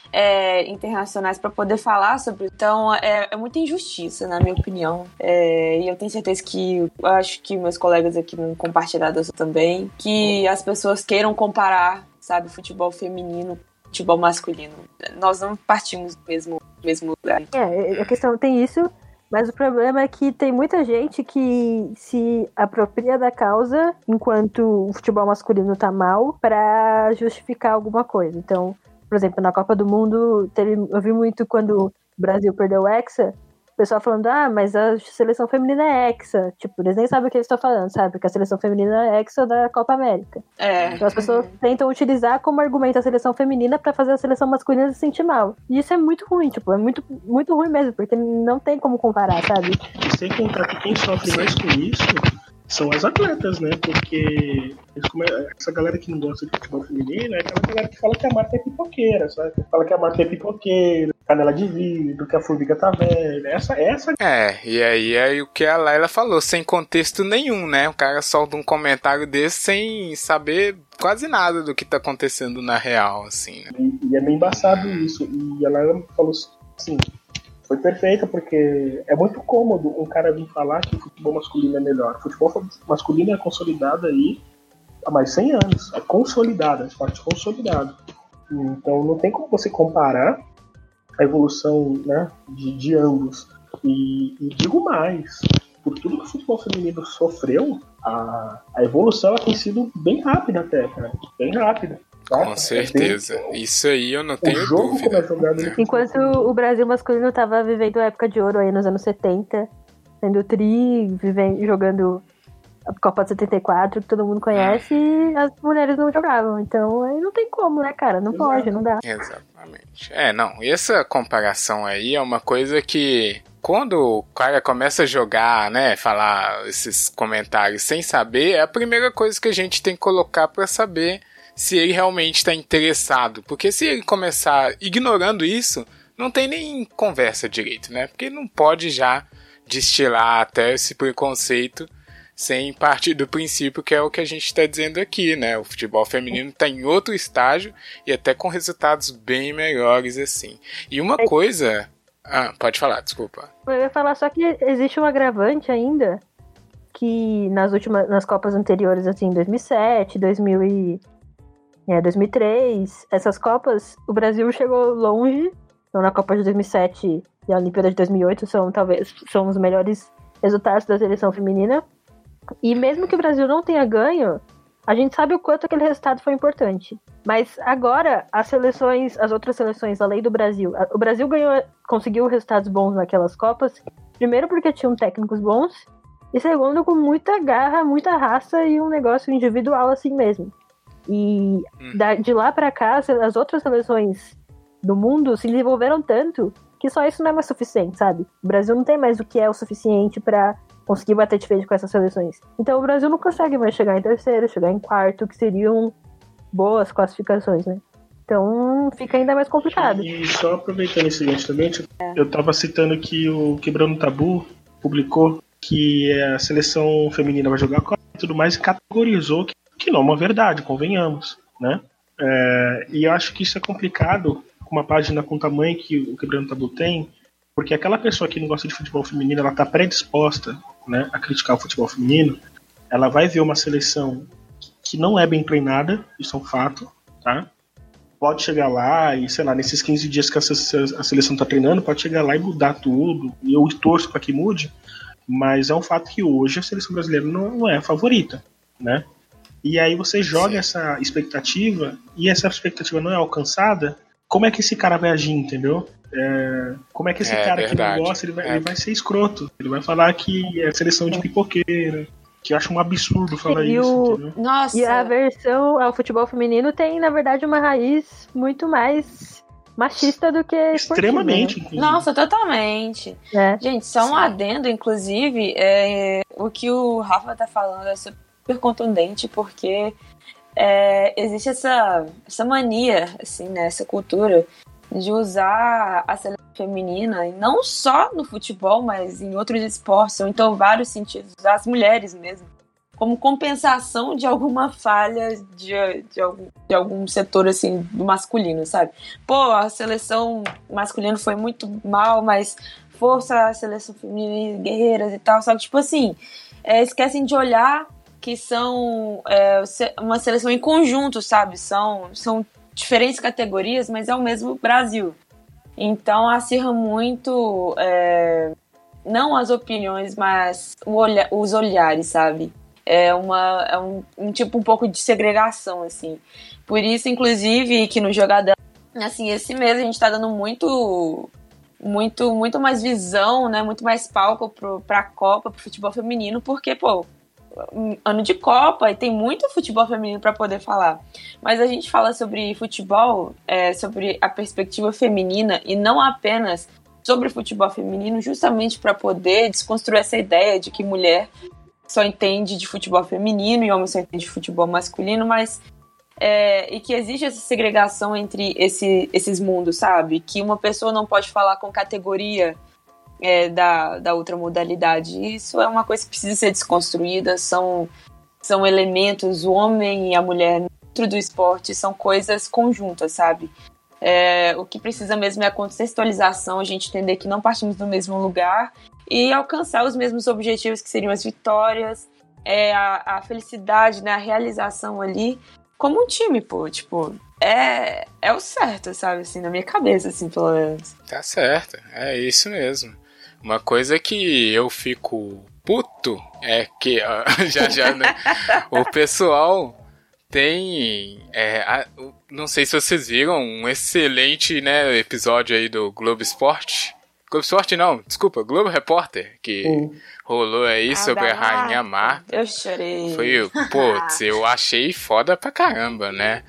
É, internacionais para poder falar sobre. Então é, é muita injustiça, na minha opinião. É, e eu tenho certeza que eu acho que meus colegas aqui vão compartilhar disso também. Que as pessoas queiram comparar, sabe, futebol feminino, futebol masculino. Nós não partimos do mesmo, mesmo lugar. É, a questão tem isso, mas o problema é que tem muita gente que se apropria da causa enquanto o futebol masculino tá mal pra justificar alguma coisa. Então, por exemplo, na Copa do Mundo, teve, eu vi muito quando o Brasil perdeu o Hexa, o pessoal falando, ah, mas a seleção feminina é hexa. Tipo, eles nem sabem o que eles estão falando, sabe? Porque a seleção feminina é hexa da Copa América. É. Então as pessoas tentam utilizar como argumento a seleção feminina pra fazer a seleção masculina se sentir mal. E isso é muito ruim, tipo, é muito, muito ruim mesmo, porque não tem como comparar, sabe? E sem contar que quem sofre mais com isso são as atletas, né? Porque essa galera que não gosta de futebol feminino é aquela galera que fala que a Marta é pipoqueira, sabe? Que fala que a Marta é pipoqueira, canela de vidro, que a Formiga tá velha. Essa, essa... É, e aí é o que a Laila falou, sem contexto nenhum, né? O cara solta um comentário desse sem saber quase nada do que tá acontecendo na real, assim, né? E, e é meio embaçado isso. E a Laila falou assim... Foi perfeita, porque é muito cômodo um cara vir falar que o futebol masculino é melhor. O futebol masculino é consolidado aí há mais de cem anos. É consolidado, é esporte consolidado. Então não tem como você comparar a evolução, né, de, de ambos. E, e digo mais, por tudo que o futebol feminino sofreu, a, a evolução ela tem sido bem rápida até, cara. Bem rápida. Tá? Com certeza. É bem... Isso aí eu não tenho o jogo dúvida. Como é jogado no Enquanto o Brasil masculino estava vivendo a época de ouro aí nos anos setenta, sendo tri, vivendo, jogando a Copa de setenta e quatro, que todo mundo conhece, e as mulheres não jogavam. Então aí não tem como, né, cara? Não Exato. pode, não dá. Exatamente. É, não. E essa comparação aí é uma coisa que... Quando o cara começa a jogar, né, falar esses comentários sem saber, é a primeira coisa que a gente tem que colocar para saber se ele realmente está interessado. Porque se ele começar ignorando isso, não tem nem conversa direito, né? Porque não pode já destilar até esse preconceito sem partir do princípio que é o que a gente está dizendo aqui, né? O futebol feminino está em outro estágio e até com resultados bem melhores, assim. E uma coisa... Ah, pode falar, desculpa. Eu ia falar só que existe um agravante ainda, que nas últimas, nas Copas anteriores, assim, dois mil e sete, dois mil e... É, dois mil e três, essas Copas, o Brasil chegou longe. Então, na Copa de dois mil e sete e a Olimpíada de dois mil e oito são, talvez, são os melhores resultados da seleção feminina. E mesmo que o Brasil não tenha ganho, a gente sabe o quanto aquele resultado foi importante. Mas agora, as seleções, as outras seleções, além do Brasil, o Brasil ganhou, conseguiu resultados bons naquelas Copas, primeiro porque tinham técnicos bons, e segundo com muita garra, muita raça e um negócio individual assim mesmo. E da, de lá pra cá, as outras seleções do mundo se desenvolveram tanto que só isso não é mais suficiente, sabe? O Brasil não tem mais o que é o suficiente pra conseguir bater de frente com essas seleções. Então o Brasil não consegue mais chegar em terceiro, chegar em quarto, que seriam boas classificações, né? Então fica ainda mais complicado. E só aproveitando esse gancho também, eu tava citando que o Quebrando o Tabu publicou que a seleção feminina vai jogar a Copa e tudo mais, e categorizou que que não é uma verdade, convenhamos, né? É, e eu acho que isso é complicado com uma página com o tamanho que o Quebrando Tabu tem, porque aquela pessoa que não gosta de futebol feminino, ela está predisposta, né, a criticar o futebol feminino, ela vai ver uma seleção que não é bem treinada, isso é um fato, tá? Pode chegar lá e, sei lá, nesses quinze dias que a seleção está treinando, pode chegar lá e mudar tudo, e eu torço para que mude, mas é um fato que hoje a seleção brasileira não é a favorita, né? E aí você joga essa expectativa e essa expectativa não é alcançada, como é que esse cara vai agir, entendeu? É, como é que esse é, cara verdade. que não gosta, ele vai, é. ele vai ser escroto. Ele vai falar que é seleção de pipoqueira, que eu acho um absurdo falar e isso, o... entendeu? Nossa. E a aversão ao futebol feminino tem, na verdade, uma raiz muito mais machista do que extremamente, esportiva, né? Nossa, totalmente. É. Gente, só um Sim. adendo, inclusive, é, o que o Rafa tá falando é super contundente, porque é, existe essa, essa mania, assim, né, essa cultura de usar a seleção feminina, e não só no futebol, mas em outros esportes, ou então vários sentidos, as mulheres mesmo, como compensação de alguma falha de, de, algum, de algum setor, assim, do masculino, sabe? Pô, a seleção masculina foi muito mal, mas força a seleção feminina, guerreiras e tal, sabe? Tipo assim, é, esquecem de olhar que são é, uma seleção em conjunto, sabe? São, são diferentes categorias, mas é o mesmo Brasil. Então acirra muito, é, não as opiniões, mas o olha, os olhares, sabe? É, uma, é um, um tipo um pouco de segregação, assim. Por isso, inclusive, que no Jogadão, assim, esse mês a gente tá dando muito, muito, muito mais visão, né? Muito mais palco pro, pra Copa, pro futebol feminino, porque, pô, ano de Copa e tem muito futebol feminino para poder falar. Mas a gente fala sobre futebol, é, sobre a perspectiva feminina e não apenas sobre futebol feminino, justamente para poder desconstruir essa ideia de que mulher só entende de futebol feminino e homem só entende de futebol masculino, mas é, e que existe essa segregação entre esse, esses mundos, sabe? Que uma pessoa não pode falar com categoria É, da, da outra modalidade. Isso é uma coisa que precisa ser desconstruída, são, são elementos, o homem e a mulher dentro do esporte são coisas conjuntas, sabe? É, o que precisa mesmo é a contextualização, a gente entender que não partimos do mesmo lugar e alcançar os mesmos objetivos que seriam as vitórias, é, a, a felicidade, né, a realização ali como um time, pô, tipo, é, é o certo, sabe, assim, na minha cabeça, assim, pelo menos. Tá certo, é isso mesmo. Uma coisa que eu fico puto é que, ó, já já, né, o pessoal tem, é, a, não sei se vocês viram, um excelente, né, episódio aí do Globo Esporte. Globo Esporte não, desculpa, Globo Repórter, que uh. rolou aí ah, sobre a Rainha Marta. Eu chorei. Foi, putz, eu achei foda pra caramba, né?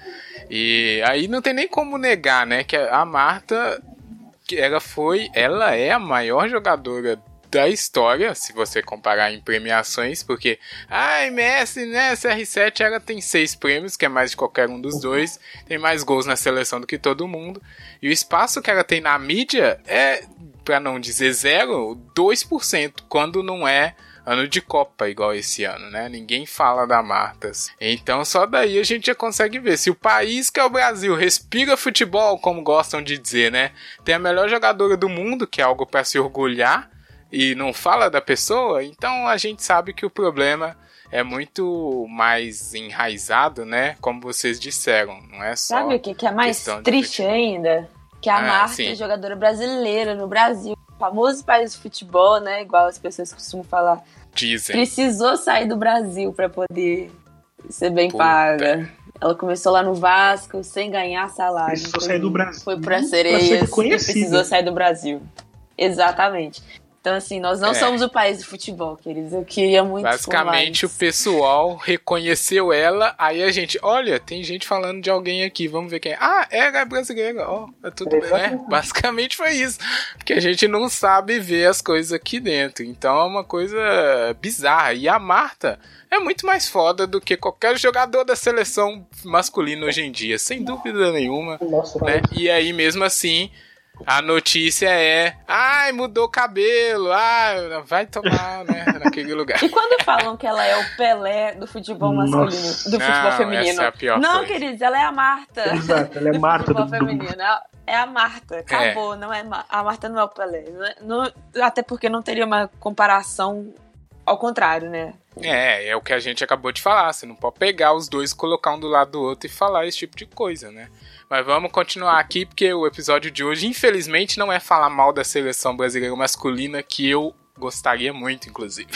E aí não tem nem como negar, né, que a Marta... que ela foi, ela é a maior jogadora da história, se você comparar em premiações, porque a M S, né, C R sete, ela tem seis prêmios, que é mais de qualquer um dos dois, tem mais gols na seleção do que todo mundo, e o espaço que ela tem na mídia é, pra não dizer zero, dois por cento, quando não é ano de Copa, igual esse ano, né? Ninguém fala da Martas. Então, só daí a gente já consegue ver. Se o país, que é o Brasil, respira futebol, como gostam de dizer, né? Tem a melhor jogadora do mundo, que é algo para se orgulhar, e não fala da pessoa, então a gente sabe que o problema é muito mais enraizado, né? Como vocês disseram, não é só... Sabe o que, que é mais triste ainda? Que a ah, Marta é jogadora brasileira no Brasil, famoso país de futebol, né? Igual as pessoas costumam falar. Dizem. Precisou sair do Brasil para poder ser bem Puta. paga. Ela começou lá no Vasco sem ganhar salário. Precisou sair do Brasil. Foi para Sereias e precisou sair do Brasil. Exatamente. Então, assim, nós não é. somos o país do futebol, queridos. Eu queria muito... Basicamente, o pessoal reconheceu ela, aí a gente... Olha, tem gente falando de alguém aqui, vamos ver quem é. Ah, ela é brasileira, ó, oh, é tudo bem, né? Basicamente foi isso. Porque a gente não sabe ver as coisas aqui dentro. Então, é uma coisa bizarra. E a Marta é muito mais foda do que qualquer jogador da seleção masculina hoje em dia, sem dúvida nenhuma. Nossa, né? E aí, mesmo assim... A notícia é, ai, mudou o cabelo, ah, vai tomar, né, naquele lugar. E quando falam que ela é o Pelé do futebol masculino, Nossa. do futebol não, feminino? Essa é a pior não, coisa. queridos, ela é a Marta. Exato, ela é do Marta futebol do feminino. É a Marta, acabou, é. não é a Marta não é o Pelé. Não é, não, até porque não teria uma comparação ao contrário, né? É, é o que a gente acabou de falar, você não pode pegar os dois, colocar um do lado do outro e falar esse tipo de coisa, né? Mas vamos continuar aqui, porque o episódio de hoje, infelizmente, não é falar mal da seleção brasileira masculina, que eu gostaria muito, inclusive.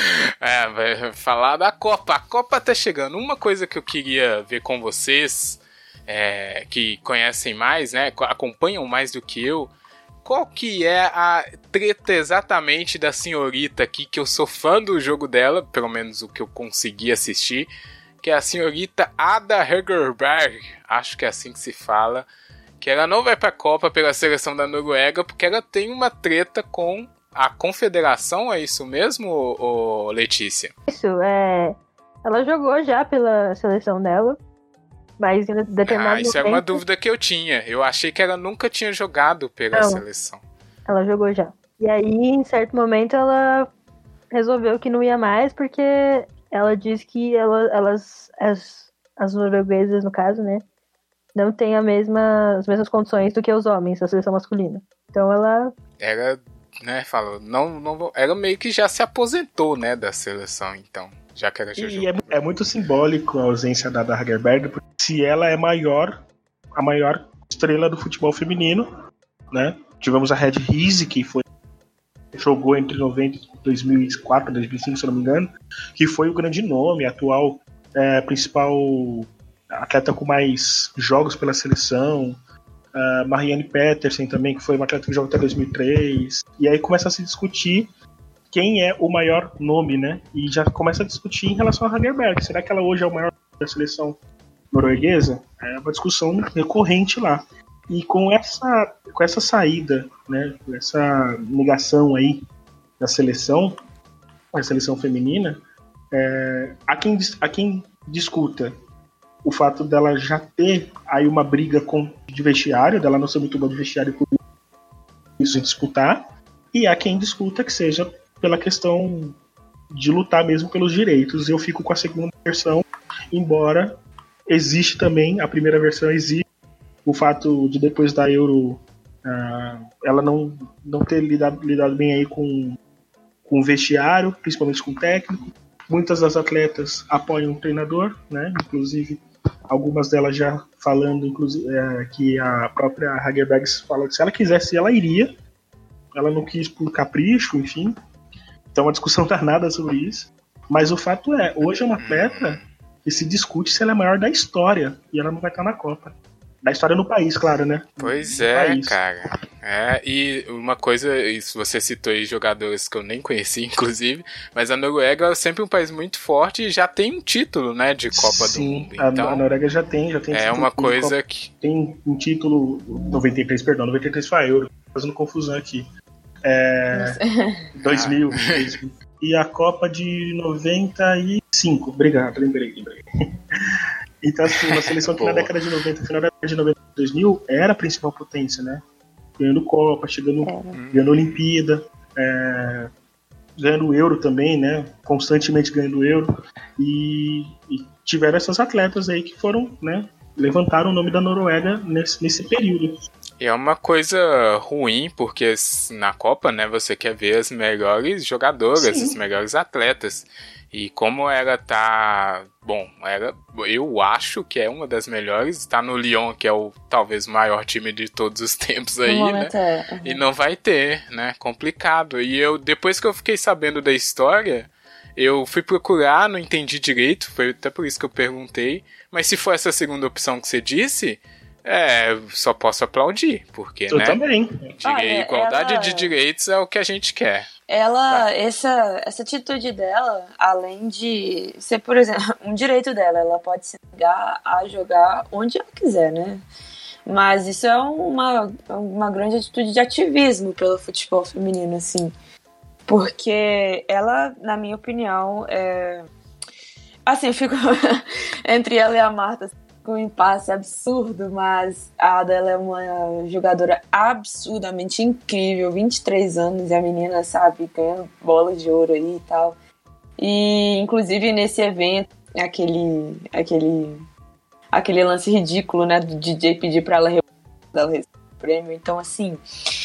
É, vai falar da Copa. A Copa tá chegando. Uma coisa que eu queria ver com vocês, é, que conhecem mais, né, acompanham mais do que eu, qual que é a treta exatamente da senhorita aqui, que eu sou fã do jogo dela, pelo menos o que eu consegui assistir, que é a senhorita Ada Hegerberg, acho que é assim que se fala, que ela não vai pra Copa pela seleção da Noruega, porque ela tem uma treta com a confederação, é isso mesmo, ô, ô, Letícia? Isso, é... Ela jogou já pela seleção dela, mas em determinado Ah, isso momento... é uma dúvida que eu tinha, eu achei que ela nunca tinha jogado pela não, seleção. Ela jogou já. E aí, em certo momento, ela resolveu que não ia mais, porque... Ela diz que ela, elas, as, as norueguesas, no caso, né, não têm a mesma, as mesmas condições do que os homens da seleção masculina. Então ela... Ela, né, falou, não, não, ela meio que já se aposentou, né, da seleção, então, já que ela já jogou. E é, é muito simbólico a ausência da Hagerberg, porque se ela é maior, a maior estrela do futebol feminino, né, tivemos a Red Rize, que foi jogou entre noventa e dois mil e quatro, dois mil e cinco, se eu não me engano, que foi o grande nome, atual é, principal atleta com mais jogos pela seleção. a Marianne Petersen também, que foi uma atleta que jogou até dois mil e três. E aí começa a se discutir quem é o maior nome, né? E já começa a discutir em relação a Hagerberg. Será que ela hoje é o maior da seleção norueguesa? É uma discussão recorrente lá. E com essa, com essa saída, né, com essa negação aí da seleção, da seleção feminina, é, há, quem, há quem discuta o fato dela já ter aí uma briga com, de vestiário, dela não ser muito boa de vestiário por isso disputar, e há quem discuta que seja pela questão de lutar mesmo pelos direitos. Eu fico com a segunda versão, embora existe também, a primeira versão existe, o fato de depois da Euro uh, ela não, não ter lidado, lidado bem aí com, com o vestiário, principalmente com o técnico. Muitas das atletas apoiam o treinador, né? Inclusive algumas delas já falando inclusive, é, que a própria Hagerberg fala que se ela quisesse ela iria, ela não quis por capricho, enfim. Então uma discussão danada sobre isso. Mas o fato é, hoje é uma atleta que se discute se ela é a maior da história e ela não vai estar na Copa. Da história no país, claro, né? Pois no é, país. cara. É, e uma coisa, isso você citou aí jogadores que eu nem conheci, inclusive, mas a Noruega é sempre um país muito forte e já tem um título, né, de Copa Sim, do Mundo. A, então, a Noruega já tem, já tem é título uma de coisa Copa. que... Tem um título, noventa e três, perdão, noventa e três foi a Euro, fazendo confusão aqui. É, dois mil, dois mil. E a Copa de noventa e cinco, obrigado, lembrei, lembrei. Então, assim, uma seleção que na década de noventa, final da década de noventa e dois mil, era a principal potência, né? Ganhando Copa, chegando, é. ganhando Olimpíada, é, ganhando Euro também, né? Constantemente ganhando Euro. E, e tiveram essas atletas aí que foram, né? Levantaram o nome da Noruega nesse, nesse período. E é uma coisa ruim, porque na Copa, né, você quer ver as melhores jogadoras, Sim. as melhores atletas. E como ela tá... Bom, ela, eu acho que é uma das melhores. Tá no Lyon, que é o talvez maior time de todos os tempos aí, né? É. Uhum. E não vai ter, né? Complicado. E eu, depois que eu fiquei sabendo da história, eu fui procurar, não entendi direito. Foi até por isso que eu perguntei. Mas se for essa segunda opção que você disse... É, só posso aplaudir, porque, eu né? também. Dire... Olha, igualdade ela... de direitos é o que a gente quer. Ela, essa, essa atitude dela, além de ser, por exemplo, um direito dela, ela pode se negar a jogar onde ela quiser, né? Mas isso é uma, uma grande atitude de ativismo pelo futebol feminino, assim. Porque ela, na minha opinião, é... Assim, eu fico entre ela e a Marta, um impasse absurdo, mas a Ada ela é uma jogadora absurdamente incrível, vinte e três anos, e a menina, sabe, ganhando bola de ouro aí e tal. E, inclusive, nesse evento, aquele, aquele, aquele lance ridículo, né, do D J pedir pra ela receber o prêmio. Então, assim,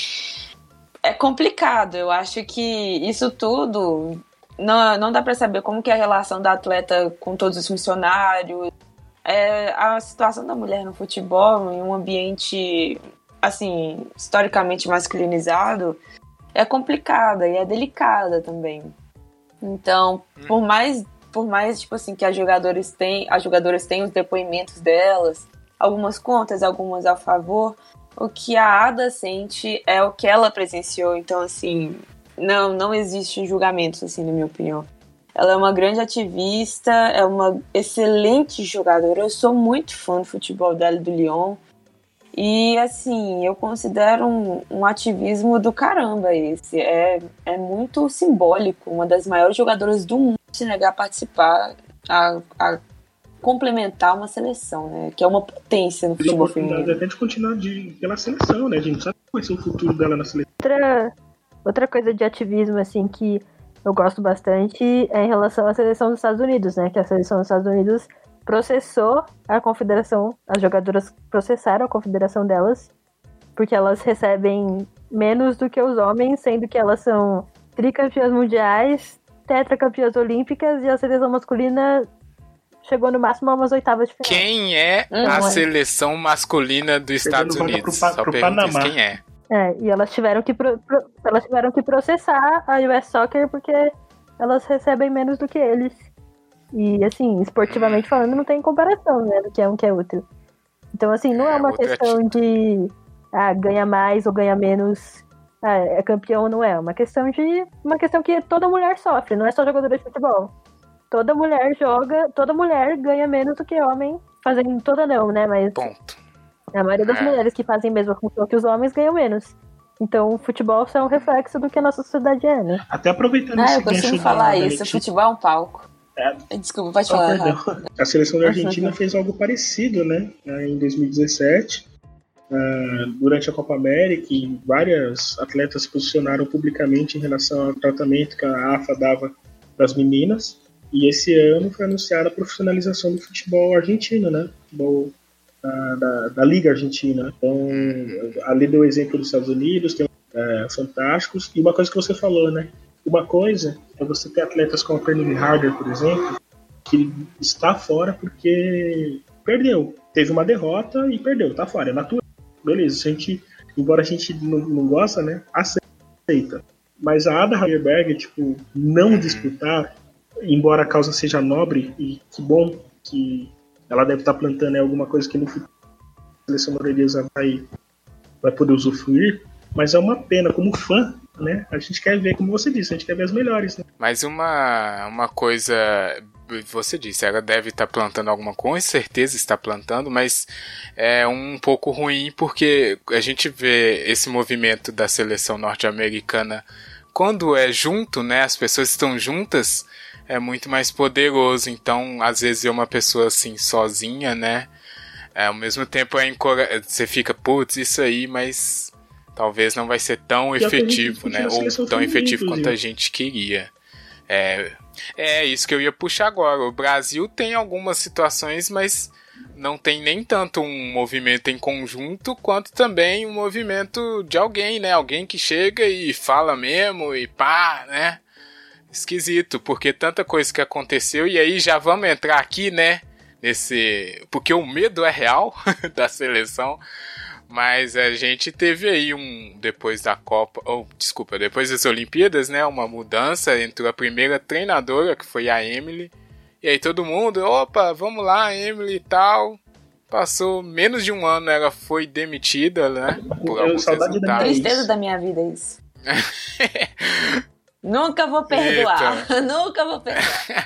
é complicado. Eu acho que isso tudo, não, não dá pra saber como que é a relação da atleta com todos os funcionários. É, a situação da mulher no futebol, em um ambiente, assim, historicamente masculinizado, é complicada e é delicada também. Então, por mais, por mais tipo assim, que as jogadoras têm, as jogadoras têm os depoimentos delas, algumas contas, algumas a favor, o que a Ada sente é o que ela presenciou. Então, assim, não, não existe julgamentos, assim, na minha opinião. Ela é uma grande ativista, é uma excelente jogadora. Eu sou muito fã do futebol dela e do Lyon. E, assim, eu considero um, um ativismo do caramba esse. É, é muito simbólico. Uma das maiores jogadoras do mundo se negar a participar, a, a complementar uma seleção, né? Que é uma potência no futebol feminino. Até de continuar de, pela seleção, né? A gente sabe qual vai ser o futuro dela na seleção. Outra, outra coisa de ativismo, assim, que eu gosto bastante é em relação à seleção dos Estados Unidos, né? Que a seleção dos Estados Unidos processou a confederação, as jogadoras processaram a confederação delas, porque elas recebem menos do que os homens, sendo que elas são tricampeãs mundiais, tetracampeãs olímpicas, e a seleção masculina chegou no máximo a umas oitavas de final. Quem é hum, a é. seleção masculina dos Estados Unidos? Pro, pro, pro Panamá. Quem é? É, e elas tiveram que pro, pro, elas tiveram que processar a U S Soccer porque elas recebem menos do que eles. E, assim, esportivamente falando, não tem comparação, né, do que é um que é outro. Então, assim, não é, É, uma outra questão de ah, ganha mais ou ganha menos, ah, é campeão ou não é. É uma questão de. Uma questão que toda mulher sofre, não é só jogadora de futebol. Toda mulher joga, toda mulher ganha menos do que homem, fazendo toda não, né? Mas Ponto. a maioria das É. mulheres que fazem a mesma função que os homens ganham menos. Então, o futebol só é um reflexo do que a nossa sociedade é, né? Até aproveitando Ah, esse eu costumo gancho falar da- da isso, Letícia- futebol é um palco. É. Desculpa, pode Ah, falar. perdão. Rafa. A seleção da Argentina fez algo parecido, né? Em dois mil e dezessete, ah, durante a Copa América, e várias atletas se posicionaram publicamente em relação ao tratamento que a AFA dava para as meninas. E esse ano foi anunciada a profissionalização do futebol argentino, né? Futebol da, da, da Liga Argentina. Então, ali deu o exemplo dos Estados Unidos, tem é, fantásticos. E uma coisa que você falou, né? Uma coisa é você ter atletas como a Pernille Harder, por exemplo, que está fora porque perdeu. Teve uma derrota e perdeu, tá fora, é natural. Beleza, a gente, embora a gente não, não gosta, né? Aceita. Mas a Ada Hegerberg, tipo, não disputar, embora a causa seja nobre, e que bom que ela deve estar plantando, é alguma coisa que no futuro a seleção norueguesa vai, vai poder usufruir, mas é uma pena, como fã, né? A gente quer ver, como você disse, a gente quer ver as melhores, né? Mas uma, uma coisa, você disse, ela deve estar plantando alguma coisa, com certeza está plantando, mas é um pouco ruim porque a gente vê esse movimento da seleção norte-americana quando é junto, né? As pessoas estão juntas, é muito mais poderoso. Então, às vezes, é uma pessoa assim, sozinha, né? É, ao mesmo tempo, é encora... você fica, putz, isso aí, mas talvez não vai ser tão Que é o que a gente efetivo, discute né? na Ou seleção tão feminina, efetivo quanto a inclusive. gente queria. É, é isso que eu ia puxar agora. O Brasil tem algumas situações, mas não tem nem tanto um movimento em conjunto, quanto também um movimento de alguém, né? Alguém que chega e fala mesmo e pá, né? Esquisito, porque tanta coisa que aconteceu, e aí já vamos entrar aqui, né? Nesse... Porque o medo é real da seleção, mas a gente teve aí um... Depois da Copa... Oh, desculpa, depois das Olimpíadas, né? Uma mudança, entrou a primeira treinadora, que foi a Emily, e aí todo mundo, opa, vamos lá, Emily e tal. Passou menos de um ano, ela foi demitida, né? Por Eu, alguns saudade da minha resultados. Tristeza da minha vida isso. Nunca vou perdoar. Nunca vou perdoar.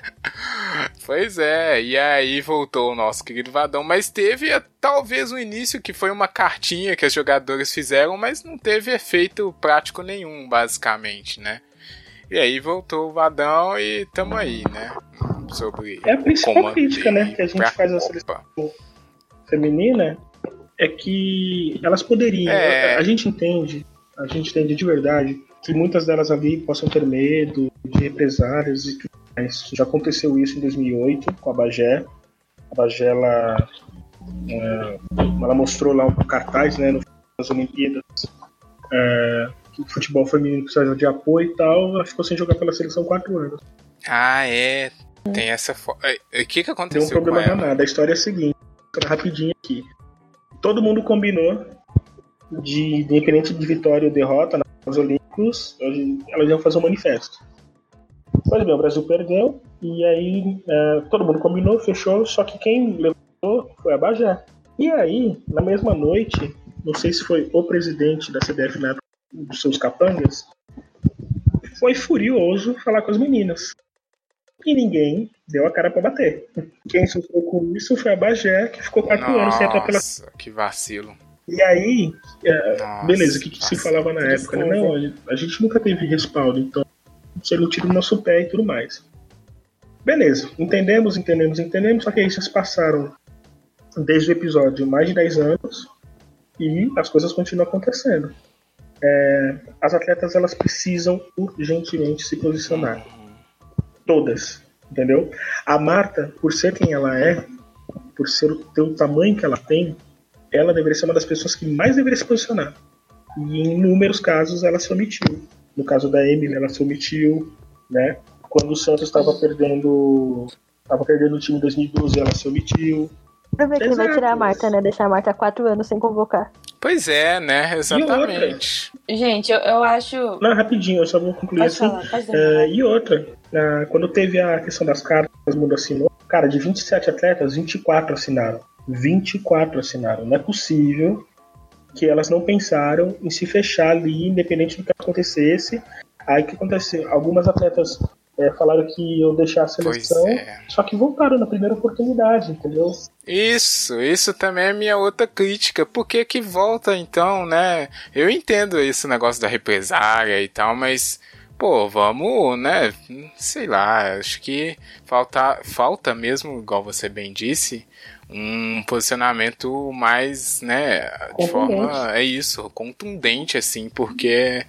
Pois é, e aí voltou o nosso querido Vadão, mas teve talvez um início que foi uma cartinha que os jogadores fizeram, mas não teve efeito prático nenhum, basicamente, né? E aí voltou o Vadão e tamo aí, né? Sobre É a principal comando crítica, né, dele que a gente pra faz na Copa. seleção feminina é que elas poderiam. É. A gente entende, a gente entende de verdade que muitas delas ali possam ter medo de represálias e tudo mais. Já aconteceu isso em dois mil e oito com a Bagé. A Bagé, ela, é, ela mostrou lá um cartaz, né, nas Olimpíadas, é, que o futebol feminino precisa de apoio e tal. Ela ficou sem jogar pela seleção quatro anos. Ah, é. Tem essa foto. O que que Deu aconteceu um problema com ela? danado. A história é a seguinte, rapidinho aqui. Todo mundo combinou de, independente de vitória ou derrota nos Olímpicos, elas iam fazer um manifesto. Pois bem, o Brasil perdeu e aí é, todo mundo combinou, fechou, só que quem levantou foi a Bagé. E aí, na mesma noite, não sei se foi o presidente da C B F na época dos seus capangas, foi furioso falar com as meninas. E ninguém deu a cara pra bater. Quem sofreu com isso foi a Bagé, que ficou quatro anos sem atuar pela... Nossa, que vacilo. E aí, é, Nossa, beleza, o que, que se nossa, falava na época? Né? Não, a gente nunca teve respaldo, então você não tira o nosso pé e tudo mais. Beleza, entendemos, entendemos, entendemos, só que aí vocês passaram desde o episódio mais de dez anos e as coisas continuam acontecendo. É, as atletas, elas precisam urgentemente se posicionar. Todas, entendeu? A Marta, por ser quem ela é, por ser ter o tamanho que ela tem, ela deveria ser uma das pessoas que mais deveria se posicionar. E em inúmeros casos ela se omitiu. No caso da Emily, ela se omitiu, né? Quando o Santos estava perdendo, estava perdendo o time em dois mil e doze, ela se omitiu. Pra ver quem vai Exato. tirar a Marta, né? Deixar a Marta há quatro anos sem convocar. Pois é, né? Exatamente. Gente, eu, eu acho... Não, rapidinho, eu só vou concluir Pode assim. falar, pode terminar. É, e outra, ah, quando teve a questão das cartas, todo mundo assinou, cara, de vinte e sete atletas, vinte e quatro assinaram. vinte e quatro assinaram. Não é possível que elas não pensaram em se fechar ali, independente do que acontecesse. Aí o que aconteceu? Algumas atletas é, falaram que iam deixar a seleção, é. só que voltaram na primeira oportunidade, entendeu? Isso, isso também é minha outra crítica. Por que que volta então, né? Eu entendo esse negócio da represária e tal, mas, pô, vamos, né? Sei lá, acho que falta, falta mesmo, igual você bem disse, um posicionamento mais, né, de forma, é isso, contundente, assim, porque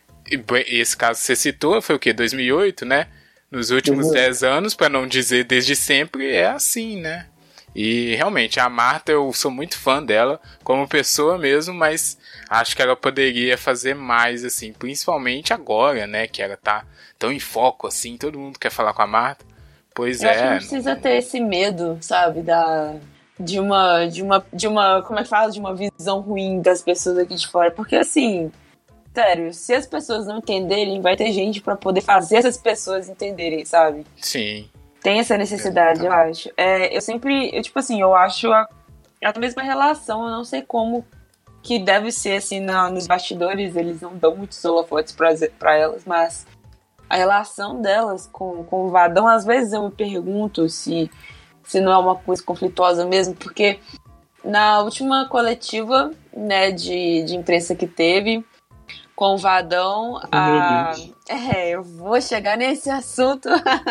esse caso que você citou foi o quê? dois mil e oito, né? Nos últimos dez anos, para não dizer desde sempre, é assim, né? E realmente, a Marta, eu sou muito fã dela como pessoa mesmo, mas acho que ela poderia fazer mais, assim, principalmente agora, né? Que ela tá tão em foco, assim, todo mundo quer falar com a Marta. Pois eu é. acho que não precisa ter esse medo, sabe, da... De uma, de uma, de uma, como é que fala? De uma visão ruim das pessoas aqui de fora. Porque, assim, sério, se as pessoas não entenderem, vai ter gente pra poder fazer essas pessoas entenderem, sabe? Sim. Tem essa necessidade, eu acho. É, eu sempre, eu, tipo assim, eu acho a, a mesma relação, eu não sei como que deve ser, assim, na, nos bastidores, eles não dão muitos holofotes pra, pra elas, mas a relação delas com, com o Vadão, às vezes eu me pergunto se... se não é uma coisa conflituosa mesmo, porque na última coletiva, né, de, de imprensa que teve com o Vadão, a... é, eu vou chegar nesse assunto,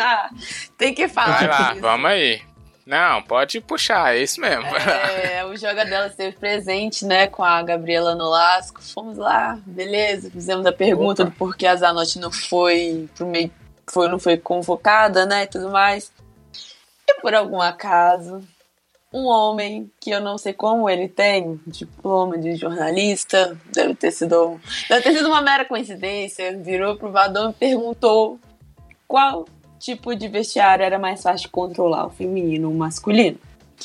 tem que falar. Vai lá, disso. vamos aí. Não, pode puxar, é isso mesmo. É, o Joga dela esteve presente, né, com a Gabriela Nolasco, fomos lá, beleza, fizemos a pergunta Opa. do porquê a Zanotti não foi pro meio, foi, não foi convocada, né, e tudo mais. E por algum acaso, um homem que eu não sei como ele tem diploma de jornalista, deve ter sido, deve ter sido uma mera coincidência, virou pro Vadão e perguntou qual tipo de vestiário era mais fácil de controlar, o feminino ou o masculino.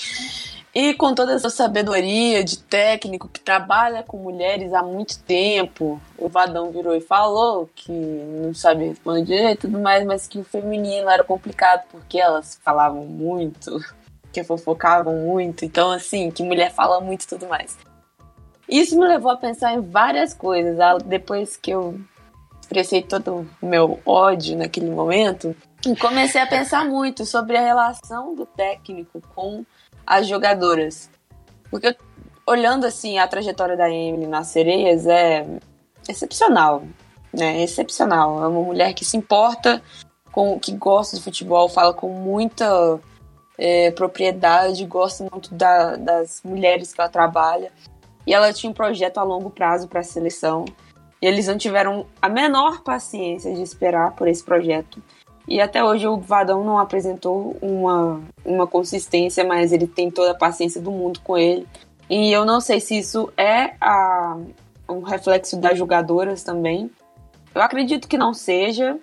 E com toda essa sabedoria de técnico que trabalha com mulheres há muito tempo, o Vadão virou e falou que não sabe responder direito e tudo mais, mas que o feminino era complicado porque elas falavam muito, que fofocavam muito, então assim, que mulher fala muito e tudo mais. Isso me levou a pensar em várias coisas. Depois que eu expressei todo o meu ódio naquele momento, e comecei a pensar muito sobre a relação do técnico com as jogadoras. Porque olhando assim a trajetória da Emily nas Sereias é excepcional, né? Excepcional. É uma mulher que se importa, com, que gosta de futebol, fala com muita é, propriedade, gosta muito da, das mulheres que ela trabalha. E ela tinha um projeto a longo prazo para a seleção. E eles não tiveram a menor paciência de esperar por esse projeto. E até hoje o Vadão não apresentou uma, uma consistência, mas ele tem toda a paciência do mundo com ele. E eu não sei se isso é a, um reflexo das jogadoras também. Eu acredito que não seja,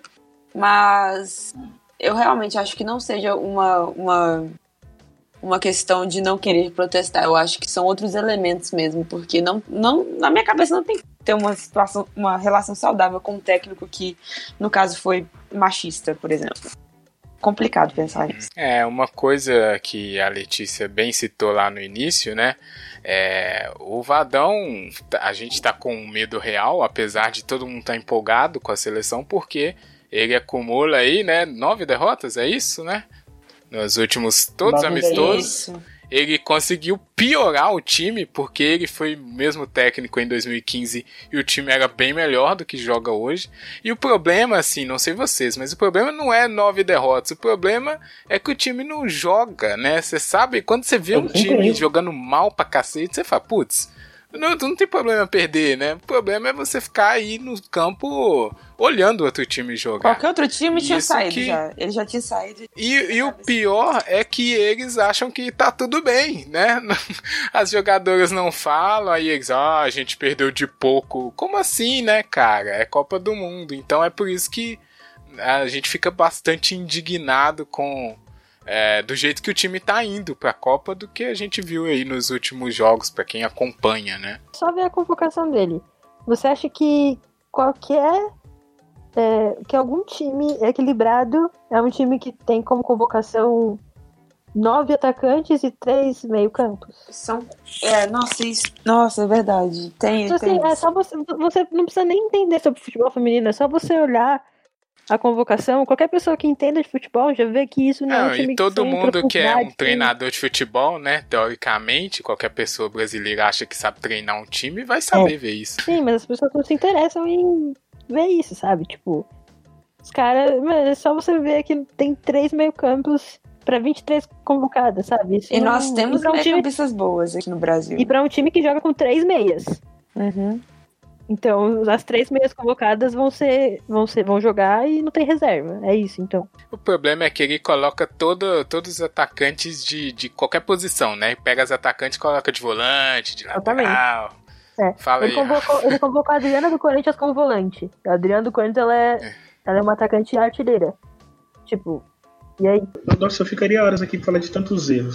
mas eu realmente acho que não seja uma, uma, uma questão de não querer protestar. Eu acho que são outros elementos mesmo, porque não, não, na minha cabeça não tem que ter uma situação, uma relação saudável com um técnico que, no caso, foi machista, por exemplo. Complicado pensar nisso. É, uma coisa que a Letícia bem citou lá no início, né? É, o Vadão, a gente tá com medo real, apesar de todo mundo estar tá empolgado com a seleção, porque ele acumula aí, né? Nove derrotas, é isso, né? Nos últimos todos amistosos. Ele conseguiu piorar o time, porque ele foi mesmo técnico em dois mil e quinze e o time era bem melhor do que joga hoje. E o problema, assim, não sei vocês, mas o problema não é nove derrotas, o problema é que o time não joga, né? Você sabe, quando você vê um time jogando mal pra cacete, você fala, putz, não, não tem problema perder, né? O problema é você ficar aí no campo olhando o outro time jogar. Qualquer outro time tinha Isso saído que... já. Ele já tinha saído. E, e o pior é que eles acham que tá tudo bem, né? As jogadoras não falam, aí eles, ah, a gente perdeu de pouco. Como assim, né, cara? É Copa do Mundo. Então é por isso que a gente fica bastante indignado com... É, do jeito que o time tá indo pra Copa, do que a gente viu aí nos últimos jogos, pra quem acompanha, né? Só ver a convocação dele. Você acha que qualquer... É, que algum time equilibrado é um time que tem como convocação nove atacantes e três meio-campos. São. É, nossa, isso. Nossa, é verdade. Tem. Então, tem assim, é só você. Você não precisa nem entender sobre futebol feminino, é só você olhar a convocação. Qualquer pessoa que entenda de futebol já vê que isso não, não é um time e todo sem mundo que é um profundidade, treinador de futebol, né? Teoricamente, qualquer pessoa brasileira acha que sabe treinar um time vai saber É. ver isso. Sim, mas as pessoas não se interessam em ver isso, sabe? Tipo, os caras. É só você ver que tem três meio-campos pra vinte e três convocadas, sabe? Isso E não- nós temos e pra um time meio-campistas boas aqui no Brasil. E pra um time que joga com três meias. Uhum. Então, as três meias convocadas vão ser, vão ser, vão jogar e não tem reserva. É isso, então. O problema é que ele coloca todo, todos os atacantes de, de qualquer posição, né? Pega os atacantes e coloca de volante, de lateral. É. Fala Ele aí. convocou, ele convocou a Adriana do Corinthians como volante. A Adriana do Corinthians, ela é, É. ela é uma atacante artilheira. Tipo, e aí? Nossa, eu ficaria horas aqui pra falar de tantos erros.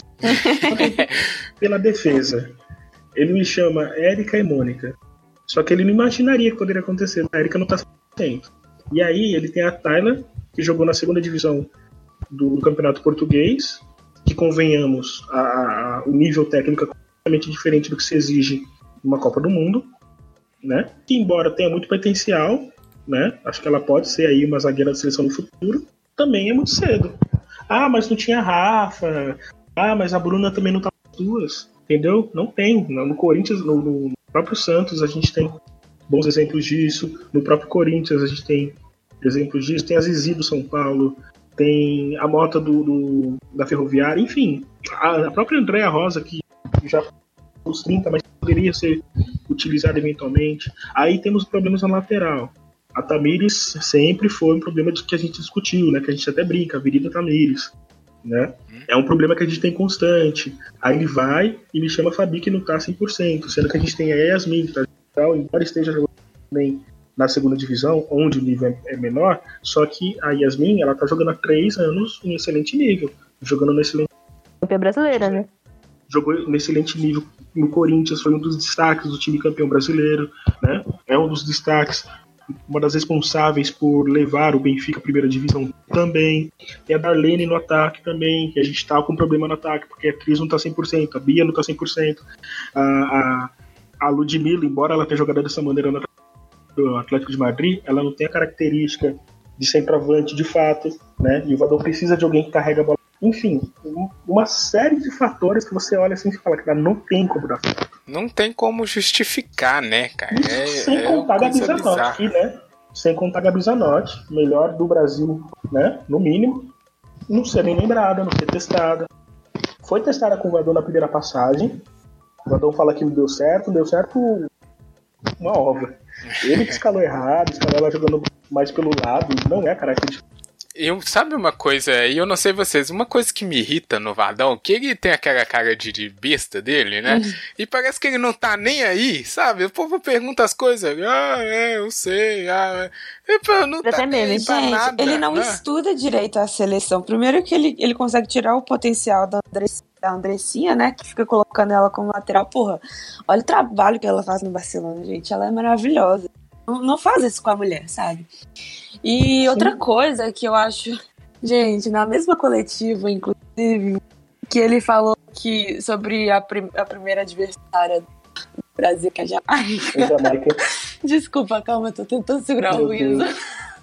Pela defesa, ele me chama Érica e Mônica. Só que ele não imaginaria que poderia acontecer. A Érica não tá cem por cento. E aí ele tem a Tayla, que jogou na segunda divisão do Campeonato Português, que convenhamos, a, a, o nível técnico é completamente diferente do que se exige numa Copa do Mundo, né? Que embora tenha muito potencial, né? Acho que ela pode ser aí uma zagueira da seleção no futuro, também é muito cedo. Ah, mas não tinha a Rafa. Ah, mas a Bruna também não tá com as duas. Entendeu? Não tem. No Corinthians, no, no próprio Santos, a gente tem bons exemplos disso. No próprio Corinthians, a gente tem exemplos disso. Tem a Zizi do São Paulo. Tem a Mota do, do, da Ferroviária. Enfim, a, a própria Andréa Rosa, que já os trinta, mas poderia ser utilizada eventualmente. Aí temos problemas na lateral. A Tamires sempre foi um problema de que a gente discutiu, né? Que a gente até brinca, a Avenida Tamires, né? É um problema que a gente tem constante. Aí ele vai e me chama a Fabi, que não tá cem por cento, sendo que a gente tem a Yasmin, que tá legal, embora esteja jogando também na segunda divisão, onde o nível é menor, só que a Yasmin, ela tá jogando há três anos em excelente nível, jogando no excelente Campeã brasileira, né? jogou no excelente nível no Corinthians, foi um dos destaques do time campeão brasileiro, né? É um dos destaques, uma das responsáveis por levar o Benfica à primeira divisão também. Tem a Darlene no ataque também, que a gente tá com problema no ataque, porque a Cris não tá cem por cento, a Bia não tá cem por cento, a, a, a Ludmilla, embora ela tenha jogado dessa maneira no do Atlético de Madrid, ela não tem a característica de centroavante de fato, né? E o Vadão precisa de alguém que carrega a bola. Enfim, uma série de fatores que você olha assim e fala, cara, não tem como dar certo. Não tem como justificar, né, cara? Isso É, sem é contar a uma Gabi coisa Zanotti, bizarra. né? Sem contar a Gabi Zanotti, melhor do Brasil, né? No mínimo. Não ser bem lembrada, não ser testada. Foi testada com o Vadão na primeira passagem. O Vadão fala que não deu certo, não deu certo uma obra. Ele que escalou errado, escalou ela jogando mais pelo lado, não é característica. Eu, sabe uma coisa, e eu não sei vocês, uma coisa que me irrita no Vadão, que ele tem aquela cara de, de besta dele, né? E parece que ele não tá nem aí, sabe? O povo pergunta as coisas, ah, é, eu sei, ah, é. E, pô, não Até tá nem meme, aí pra Gente, nada, ele não né? estuda direito a seleção. Primeiro que ele, ele consegue tirar o potencial da, Andress, da Andressinha, né? Que fica colocando ela como lateral. Porra, olha o trabalho que ela faz no Barcelona, gente. Ela é maravilhosa. Não, não faz isso com a mulher, sabe? E Sim. outra coisa que eu acho... Gente, na mesma coletiva, inclusive, que ele falou que sobre a, prim, a primeira adversária do Brasil, que é a Jamaica. Em Jamaica. Desculpa, calma, eu tô tentando segurar Meu o riso. Deus.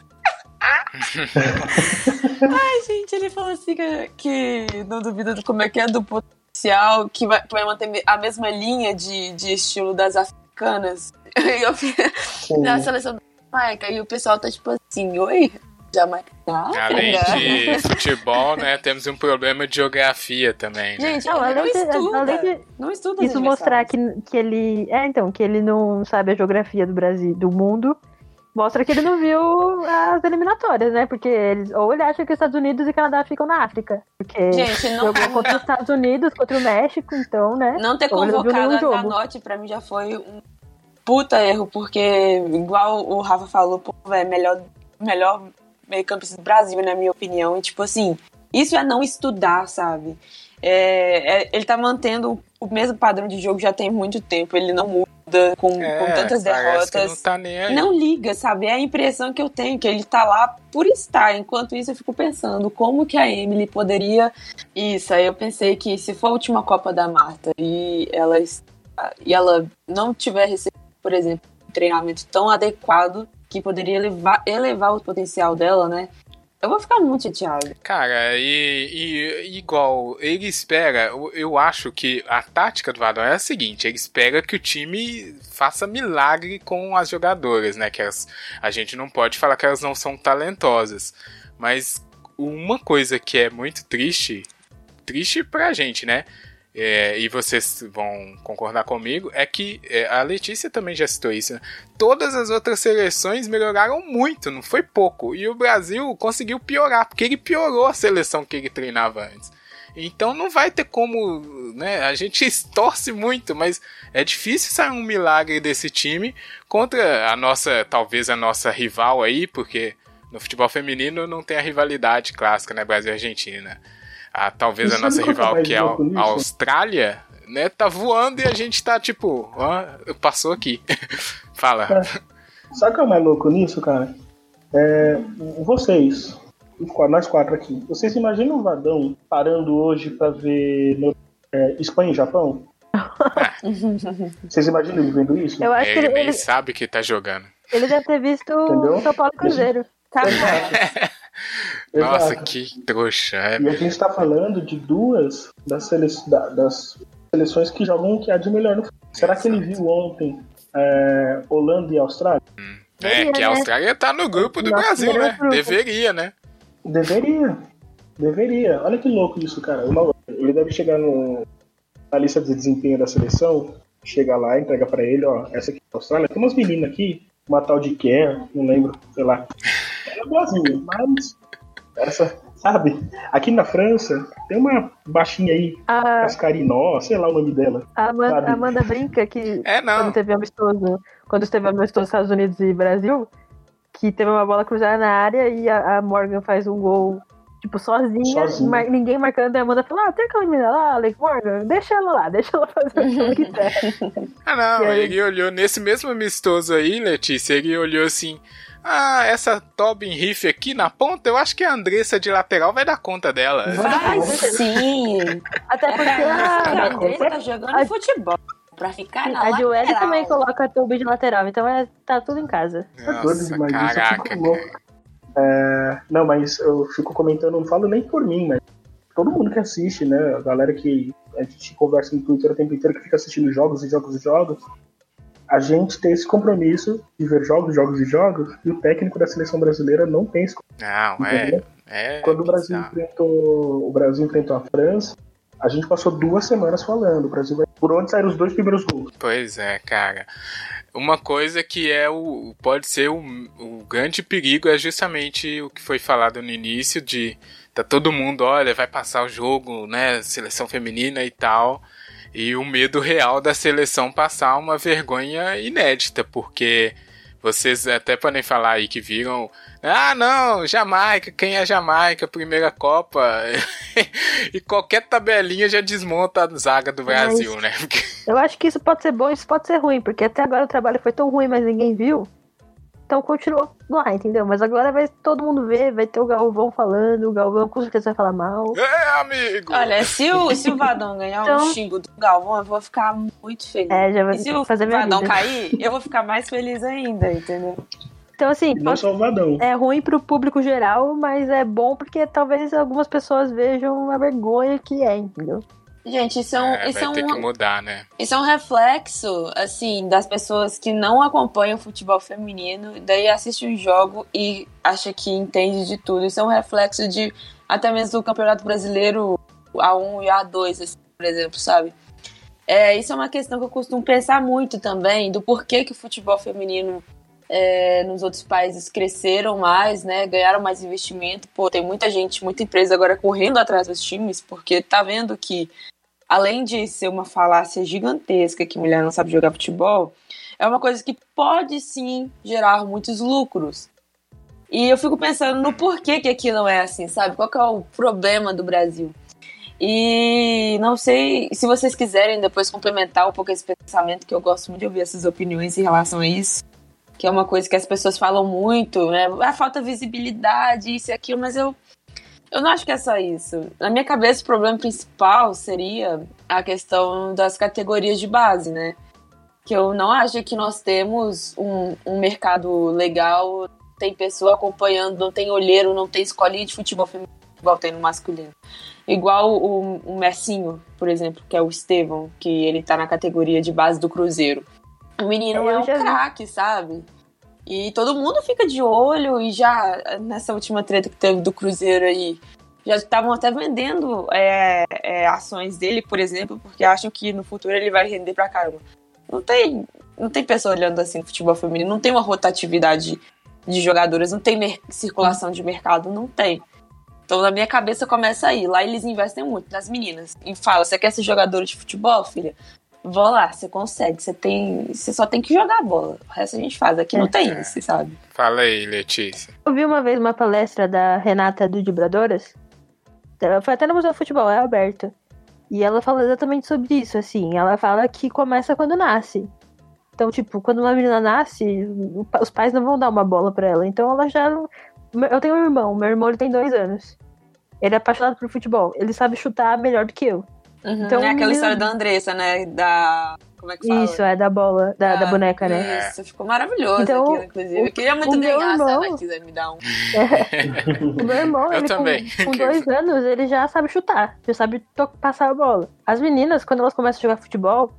Ai, gente, ele falou assim que, que não duvida do como é que é do potencial, que vai, que vai manter a mesma linha de, de estilo das africanas. E eu, Sim. da seleção da Jamaica. E o pessoal tá tipo assim, oi, Jamaica tá? Além de futebol, né, temos um problema de geografia também, né? Gente, Não, ele não além de- estuda. além de- Não estuda Isso os mostrar adversários. que, que ele. É, então, que ele não sabe a geografia do Brasil, do mundo. Mostra que ele não viu as eliminatórias, né? Porque eles, ou ele acha que os Estados Unidos e Canadá ficam na África. Porque Gente, não, jogou contra os Estados Unidos, contra o México, então, né? não ter Ou ele não viu convocado nenhum a jogo. Zanotti pra mim já foi um puta erro, porque, igual o Rafa falou, pô, é melhor, melhor meio campista do Brasil, na minha opinião. E, tipo assim, isso é não estudar, sabe? é, é, ele tá mantendo o mesmo padrão de jogo já tem muito tempo, ele não muda com, É, com tantas derrotas. Não tá nem aí. Não liga, sabe? É a impressão que eu tenho, que ele tá lá por estar. Enquanto isso, eu fico pensando como que a Emily poderia... Isso, aí eu pensei que se for a última Copa da Marta e ela, e ela não tiver recebido, por exemplo, um treinamento tão adequado que poderia elevar, elevar o potencial dela, né? Eu vou ficar muito chateado. Cara, e, e igual, ele espera, eu, eu acho que a tática do Vadão é a seguinte, ele espera que o time faça milagre com as jogadoras, né, que elas, a gente não pode falar que elas não são talentosas, mas uma coisa que é muito triste, triste pra gente, né, é, e vocês vão concordar comigo, é que é, a Letícia também já citou isso, né? Todas as outras seleções melhoraram muito, não foi pouco, e o Brasil conseguiu piorar, porque ele piorou a seleção que ele treinava antes. Então não vai ter como, né? A gente torce muito, mas é difícil sair um milagre desse time contra a nossa, talvez a nossa rival aí, porque no futebol feminino não tem a rivalidade clássica, né? Brasil e Argentina. Ah, talvez a nossa rival, que é a, a Austrália, né, tá voando e a gente tá tipo, ó, passou aqui. Fala. É. Sabe o que é o mais louco nisso, cara? É, vocês, nós quatro aqui, vocês imaginam o Vadão parando hoje pra ver no, é, Espanha e Japão? Vocês imaginam ele vendo isso? Eu acho é, que ele, ele nem ele, sabe que tá jogando. ele deve ter visto Entendeu? o São Paulo Cruzeiro. Tá. Nossa, Exato. que trouxa. É. E a gente tá falando de duas das, sele... da, das seleções que jogam o que há de melhor no futebol. Será que ele viu ontem é, Holanda e Austrália? Hum. É, que a Austrália tá no grupo do Nossa, Brasil, né? grupo. Deveria, né? Deveria. Deveria. Olha que louco isso, cara. Ele deve chegar no, na lista de desempenho da seleção, chega lá, entrega pra ele, ó, essa aqui é a Austrália. Tem umas meninas aqui, uma tal de Kerr, não lembro, sei lá. É boazinha, mas essa, sabe? Aqui na França tem uma baixinha aí, A, Cascarinó, sei lá o nome dela. a Amanda, sabe? a Amanda brinca que É, não. quando teve amistoso, quando teve amistoso Estados Unidos e Brasil, que teve uma bola cruzada na área e a, a Morgan faz um gol, tipo, sozinha, Sozinha. mar- ninguém marcando, e a Amanda fala, ah, tem aquela menina lá, Alex Morgan, deixa ela lá, deixa ela fazer o que ela quiser. Ah, não, E aí? ele olhou nesse mesmo amistoso aí, Letícia, ele olhou assim, ah, essa Tobin Riff aqui na ponta, eu acho que a Andressa de lateral vai dar conta dela. Vai sim! Até porque A a, Andressa tá jogando a- futebol pra ficar na a Joelle lateral. também coloca a Tubi de lateral, então é, tá tudo em casa. É doido Nossa, demais isso, eu caraca. fico louco. É, não, mas eu fico comentando, não falo nem por mim, mas todo mundo que assiste, né? A galera que a gente conversa no Twitter o tempo inteiro, que fica assistindo jogos e jogos e jogos. A gente tem esse compromisso de ver jogos, jogos e jogos, e o técnico da seleção brasileira não tem esse compromisso. Não, Entendeu? é. é Quando o Brasil bizarro. enfrentou o Brasil enfrentou a França, a gente passou duas semanas falando. O Brasil vai... Por onde saíram os dois primeiros gols? Pois é, cara. Uma coisa que é o pode ser o, o grande perigo é justamente o que foi falado no início de tá todo mundo, olha, vai passar o jogo, né, seleção feminina e tal, e o medo real da seleção passar uma vergonha inédita, porque vocês até podem falar aí que viram, ah não, Jamaica, quem é Jamaica, primeira Copa, e qualquer tabelinha já desmonta a zaga do Brasil, Mas- né? Porque Eu acho que isso pode ser bom, isso pode ser ruim, porque até agora o trabalho foi tão ruim, mas ninguém viu. Então continuou lá, entendeu? Mas agora vai todo mundo ver, vai ter o Galvão falando, o Galvão com certeza vai falar mal. é, amigo! Olha, se o, se o Vadão ganhar Então- um xingo do Galvão, eu vou ficar muito feliz. É, já vai E se o fazer minha Vadão vida. cair, eu vou ficar mais feliz ainda, entendeu? Então, assim, Não pode- só o Vadão. é ruim pro público geral, mas é bom porque talvez algumas pessoas vejam a vergonha que é, entendeu? Gente, isso é um, É, isso vai é ter um, que mudar, né? isso é um reflexo, assim, das pessoas que não acompanham o futebol feminino, daí assiste um jogo e acha que entende de tudo. Isso é um reflexo de, até mesmo do Campeonato Brasileiro A um e A dois, assim, por exemplo, sabe? É, isso é uma questão que eu costumo pensar muito também, do porquê que o futebol feminino é, nos outros países cresceram mais, né? Ganharam mais investimento. Pô, tem muita gente, muita empresa agora correndo atrás dos times, porque tá vendo que, além de ser uma falácia gigantesca que mulher não sabe jogar futebol, é uma coisa que pode sim gerar muitos lucros. E eu fico pensando no porquê que aqui não é assim, sabe? Qual que é o problema do Brasil? E não sei se vocês quiserem depois complementar um pouco esse pensamento, que eu gosto muito de ouvir essas opiniões em relação a isso, que é uma coisa que as pessoas falam muito, né? Ah, falta visibilidade, isso e aquilo, mas eu, eu não acho que é só isso. Na minha cabeça, o problema principal seria a questão das categorias de base, né? Que eu não acho que nós temos um, um mercado legal, tem pessoa acompanhando, não tem olheiro, não tem escolinha de futebol feminino, igual tem no masculino. Igual o, o Messinho, por exemplo, que é o Estevão, que ele tá na categoria de base do Cruzeiro. O menino é, é um craque, sabe? E todo mundo fica de olho, e já nessa última treta que teve do Cruzeiro aí, já estavam até vendendo é, é, ações dele, por exemplo, porque acham que no futuro ele vai render pra caramba. Não tem, não tem pessoa olhando assim no futebol feminino, não tem uma rotatividade de jogadoras, não tem mer- circulação de mercado, não tem. Então, na minha cabeça, começa aí. Lá eles investem muito nas meninas. E fala, você quer ser jogadora de futebol, filha? Vá lá, você consegue. Você, tem, você só tem que jogar a bola. O resto a gente faz. Aqui não tem isso, sabe? Fala aí, Letícia. Eu vi uma vez uma palestra da Renata do Vibradoras. Foi até no Museu do Futebol, é aberto. E ela fala exatamente sobre isso, assim. Ela fala que começa quando nasce. Então, tipo, quando uma menina nasce, os pais não vão dar uma bola pra ela. Então, ela já... Eu tenho um irmão. Meu irmão, ele tem dois anos. Ele é apaixonado por futebol. Ele sabe chutar melhor do que eu. Uhum, então, é aquela menino... história da Andressa, né? Da... Como é que fala? Isso, é da bola, da, ah, da boneca, né? Isso, ficou maravilhoso então, aquilo, inclusive. O, eu queria muito ganhar, irmão... se ela quiser me dar um. É. O meu irmão, eu ele também. com, com dois anos, ele já sabe chutar. Já sabe to- passar a bola. As meninas, quando elas começam a jogar futebol,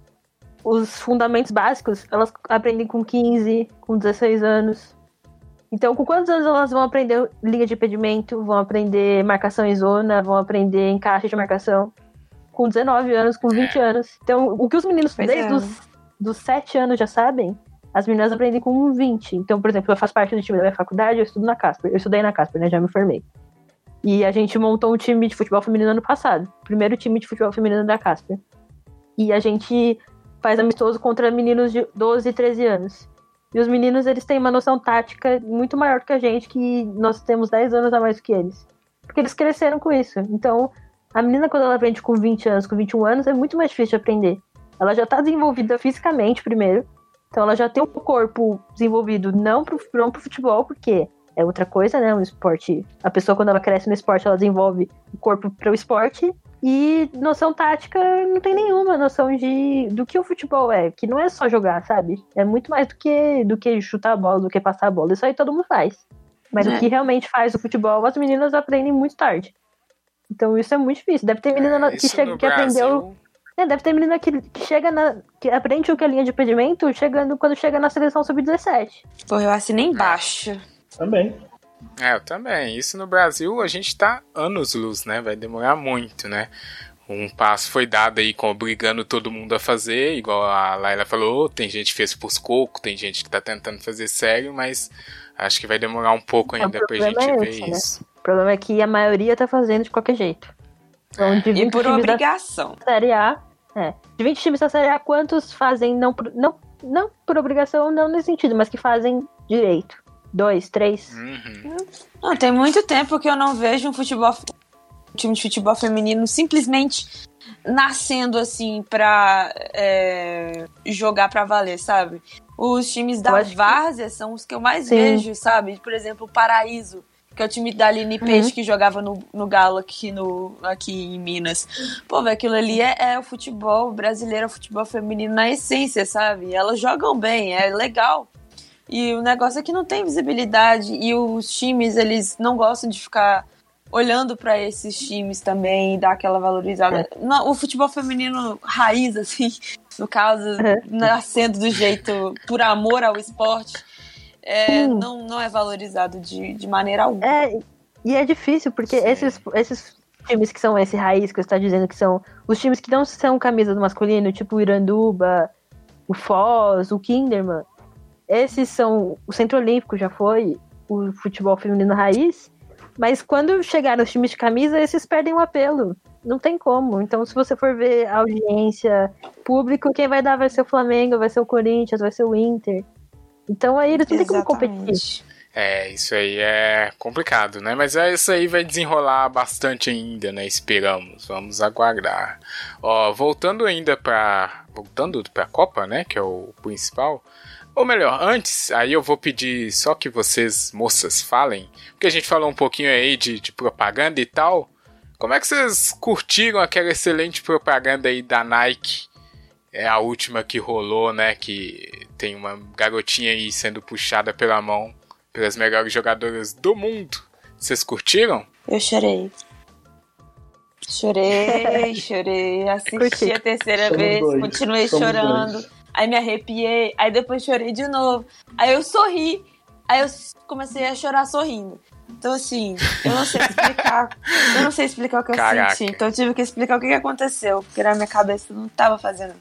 os fundamentos básicos, elas aprendem com quinze, com dezesseis anos. Então, com quantos anos elas vão aprender linha de impedimento, vão aprender marcação em zona, vão aprender encaixe de marcação? Com dezenove anos, com vinte anos. Então, o que os meninos, pois desde é. os dos sete anos já sabem, as meninas aprendem com vinte. Então, por exemplo, eu faço parte do time da minha faculdade, eu estudo na Casper. Eu estudei na Casper, né? Já me formei. E a gente montou um time de futebol feminino ano passado. Primeiro time de futebol feminino da Casper. E a gente faz amistoso contra meninos de doze, treze anos. E os meninos, eles têm uma noção tática muito maior que a gente, que nós temos dez anos a mais que eles. Porque eles cresceram com isso. Então, a menina, quando ela aprende com vinte anos, com vinte e um anos, é muito mais difícil de aprender. Ela já está desenvolvida fisicamente, primeiro. Então, ela já tem o corpo desenvolvido não pro, não pro futebol, porque é outra coisa, né? Um esporte. A pessoa, quando ela cresce no esporte, ela desenvolve o corpo para o esporte. E noção tática não tem nenhuma noção de, do que o futebol é, que não é só jogar, sabe? É muito mais do que, do que chutar a bola, do que passar a bola. Isso aí todo mundo faz. Mas é. O que realmente faz o futebol, as meninas aprendem muito tarde. Então isso é muito difícil. Deve ter menina é, que, chega, que Brasil... aprendeu... É, deve ter menina que, que chega na... que aprende o que é linha de impedimento chegando, quando chega na seleção sub dezessete. Pô, eu assinei embaixo. Também. É, eu também. Isso no Brasil a gente tá anos-luz, né? Vai demorar muito, né? Um passo foi dado aí com obrigando todo mundo a fazer, igual a Laila falou, tem gente que fez pros cocos, tem gente que tá tentando fazer sério, mas acho que vai demorar um pouco ainda pra gente é ver esse, isso. Né? O problema é que a maioria tá fazendo de qualquer jeito. Então, de e por obrigação. Da Série A, é, de vinte times da Série A, quantos fazem não por, não, não por obrigação, não nesse sentido, mas que fazem direito? Dois, três? Uhum. Não, tem muito tempo que eu não vejo um futebol, um time de futebol feminino simplesmente nascendo assim pra é, jogar pra valer, sabe? Os times da Várzea que... são os que eu mais Sim. vejo, sabe? Por exemplo, o Paraíso, que é o time da Aline Peixe, uhum. que jogava no, no Galo aqui, no, aqui em Minas. Pô, velho, aquilo ali é, é o futebol brasileiro, é o futebol feminino na essência, sabe? Elas jogam bem, é legal. E o negócio é que não tem visibilidade e os times, eles não gostam de ficar olhando pra esses times também e dar aquela valorizada. É. Não, o futebol feminino raiz, assim, no caso, é. nascendo do jeito por amor ao esporte, é, não, não é valorizado de, de maneira alguma. É, e é difícil, porque esses, esses times que são esse raiz que você está dizendo, que são os times que não são camisa do masculino, tipo o Iranduba, o Foz, o Kinderman, esses são, o Centro Olímpico já foi o futebol feminino raiz, mas quando chegaram os times de camisa, esses perdem o apelo. Não tem como. Então, se você for ver a audiência, público, quem vai dar vai ser o Flamengo, vai ser o Corinthians, vai ser o Inter. Então, aí eles não tem como competir. É, isso aí é complicado, né? Mas é, isso aí vai desenrolar bastante ainda, né? Esperamos, vamos aguardar. Ó, voltando ainda pra... Voltando pra Copa, né? Que é o principal. Ou melhor, antes, aí eu vou pedir só que vocês, moças, falem. Porque a gente falou um pouquinho aí de, de propaganda e tal. Como é que vocês curtiram aquela excelente propaganda aí da Nike? É a última que rolou, né? Que tem uma garotinha aí sendo puxada pela mão pelas melhores jogadoras do mundo. Vocês curtiram? Eu chorei. Chorei, chorei. Assisti Curti. a terceira Somos vez, dois. continuei Somos chorando. dois. Aí me arrepiei, aí depois chorei de novo. Aí eu sorri, aí eu comecei a chorar sorrindo. Então, assim, eu não sei explicar. Eu não sei explicar o que eu Caraca. senti. Então eu tive que explicar o que que aconteceu. Porque na minha cabeça não tava fazendo,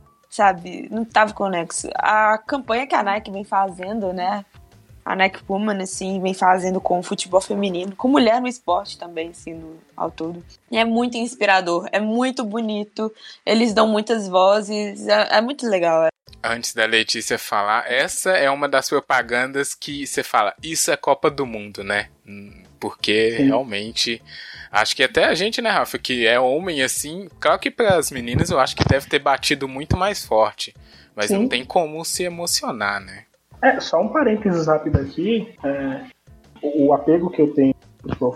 sabe? Não tava conexo. A campanha que a Nike vem fazendo, né? A Nike Woman, assim, vem fazendo com o futebol feminino, com mulher no esporte também, assim, no, ao todo. E é muito inspirador, é muito bonito, eles dão muitas vozes, é, é muito legal. Antes da Letícia falar, essa é uma das propagandas que você fala, isso é Copa do Mundo, né? Porque Sim. realmente, acho que até a gente, né, Rafa, que é homem assim, claro que para as meninas eu acho que deve ter batido muito mais forte, mas Sim. não tem como se emocionar, né? É, só um parênteses rápido aqui. É, o, o apego que eu tenho,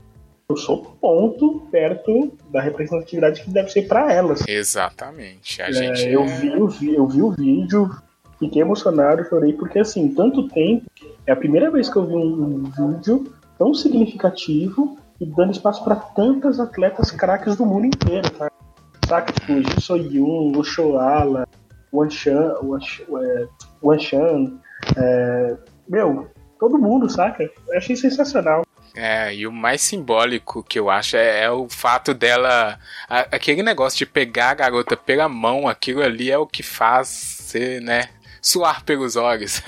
eu sou ponto perto da representatividade que deve ser pra elas. Exatamente. A É, gente eu, é- vi, o vi- eu vi o vídeo, fiquei emocionado, chorei, porque assim, tanto tempo, é a primeira vez que eu vi um, um vídeo tão significativo e dando espaço pra tantas atletas craques do mundo inteiro, tá? Saca, tipo, o Ji So-yun, o Shoala, o Anshan, o Anshan, o Anshan é, meu, todo mundo, saca? Eu achei sensacional. É, e o mais simbólico que eu acho é, é o fato dela... a- aquele negócio de pegar a garota pela mão, aquilo ali é o que faz você, né, suar pelos olhos.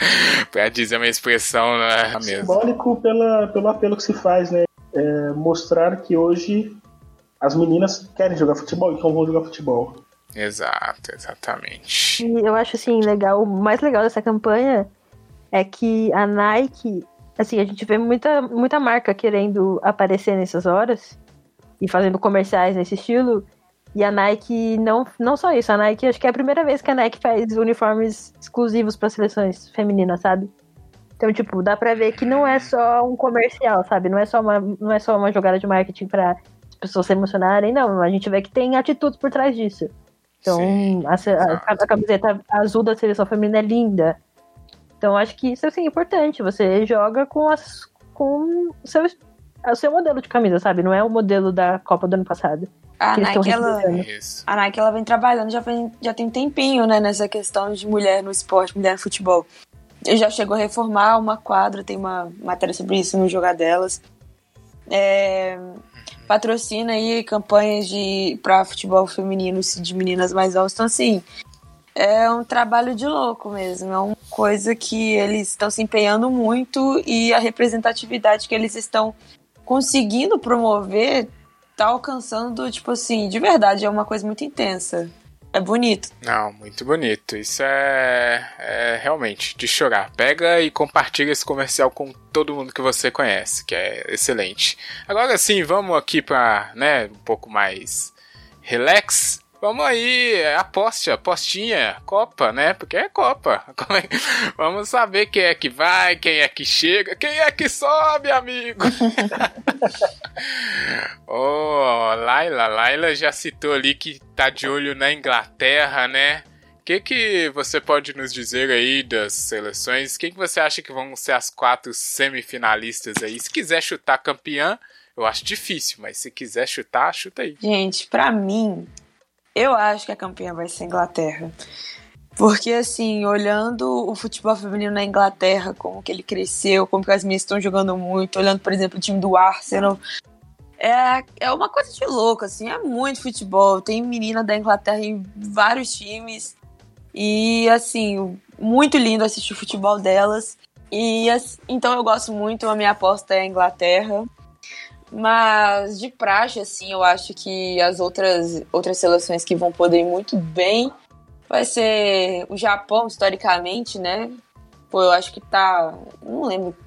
Pra dizer uma expressão, né, mesmo. Simbólico pela, pelo apelo que se faz, né? É, mostrar que hoje as meninas querem jogar futebol, então vão jogar futebol. Exato, exatamente. E eu acho assim, legal, o mais legal dessa campanha é que a Nike, assim, a gente vê muita, muita marca querendo aparecer nessas horas e fazendo comerciais nesse estilo. E a Nike, não, não só isso, a Nike, acho que é a primeira vez que a Nike faz uniformes exclusivos para seleções femininas, sabe? Então, tipo, dá pra ver que não é só um comercial, sabe? Não é só uma, não é só uma jogada de marketing para as pessoas se emocionarem, não. A gente vê que tem atitudes por trás disso. Então, Sim, a, a, a camiseta azul da seleção feminina é linda. Então, acho que isso assim, é importante. Você joga com, as, com o, seu, o seu modelo de camisa, sabe? Não é o modelo da Copa do ano passado. A que eles tão Nike, ela, representando. Isso. a Nike, ela vem trabalhando já, vem, já tem um tempinho, né, nessa questão de mulher no esporte, mulher no futebol. Ele já chegou a reformar uma quadra, tem uma matéria sobre isso no Jogar Delas. É, patrocina aí campanhas de para futebol feminino de meninas mais novas. Então, assim, é um trabalho de louco mesmo. É uma coisa que eles estão se empenhando muito e a representatividade que eles estão conseguindo promover tá alcançando, tipo assim, de verdade, é uma coisa muito intensa. É bonito. Não, muito bonito. Isso é, é realmente de chorar. Pega e compartilha esse comercial com todo mundo que você conhece, que é excelente. Agora sim, vamos aqui para, né, um pouco mais relax. Vamos aí, aposte, apostinha, Copa, né? Porque é Copa. Vamos saber quem é que vai, quem é que chega, quem é que sobe, amigo. Oh, Laila, Laila já citou ali que tá de olho na Inglaterra, né? O que, que você pode nos dizer aí das seleções? Quem que você acha que vão ser as quatro semifinalistas aí? Se quiser chutar campeã, eu acho difícil, mas se quiser chutar, chuta aí. Gente, pra mim, eu acho que a campeã vai ser a Inglaterra. Porque, assim, olhando o futebol feminino na Inglaterra, como que ele cresceu, como que as meninas estão jogando muito, olhando, por exemplo, o time do Arsenal, é, é uma coisa de louco, assim, é muito futebol. Tem menina da Inglaterra em vários times e, assim, muito lindo assistir o futebol delas. E, assim, então eu gosto muito, a minha aposta é a Inglaterra. Mas, de praxe, assim, eu acho que as outras, outras seleções que vão poder ir muito bem vai ser o Japão, historicamente, né? Pô, eu acho que tá... Não lembro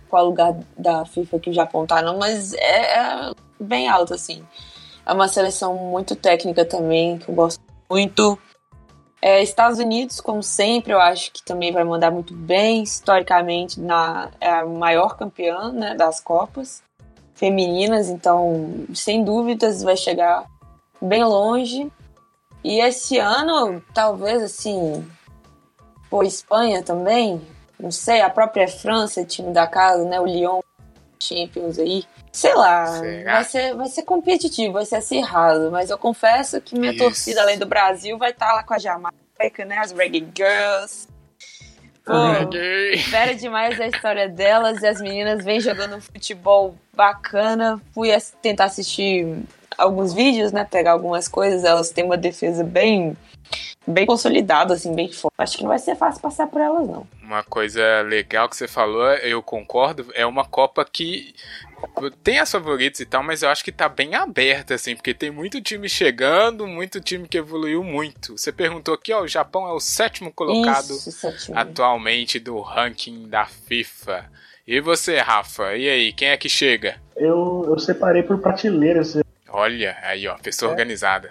qual lugar da FIFA que o Japão tá, não, mas é, é bem alto, assim. É uma seleção muito técnica também, que eu gosto muito. É, Estados Unidos, como sempre, eu acho que também vai mandar muito bem. Historicamente, na, é a maior campeã, né, das Copas femininas, então, sem dúvidas, vai chegar bem longe. E esse ano, talvez, assim, por Espanha também, não sei, a própria França, time da casa, né, o Lyon Champions aí, sei lá, vai ser, vai ser competitivo, vai ser acirrado, mas eu confesso que minha Isso. torcida, além do Brasil, vai estar lá com a Jamaica, né, as Reggae Girls. Pô, espera demais a história delas, e as meninas vêm jogando um futebol bacana. Fui tentar assistir alguns vídeos, né, pegar algumas coisas, elas têm uma defesa bem, bem consolidada, assim, bem forte. Acho que não vai ser fácil passar por elas, não. Uma coisa legal que você falou, eu concordo, é uma Copa que tem as favoritas e tal, mas eu acho que tá bem aberta, assim, porque tem muito time chegando, muito time que evoluiu muito. Você perguntou aqui, ó, o Japão é o sétimo colocado Isso, sétimo. atualmente do ranking da FIFA. E você, Rafa, e aí, quem é que chega? Eu, eu separei por prateleiras. Olha, aí ó, pessoa é. organizada.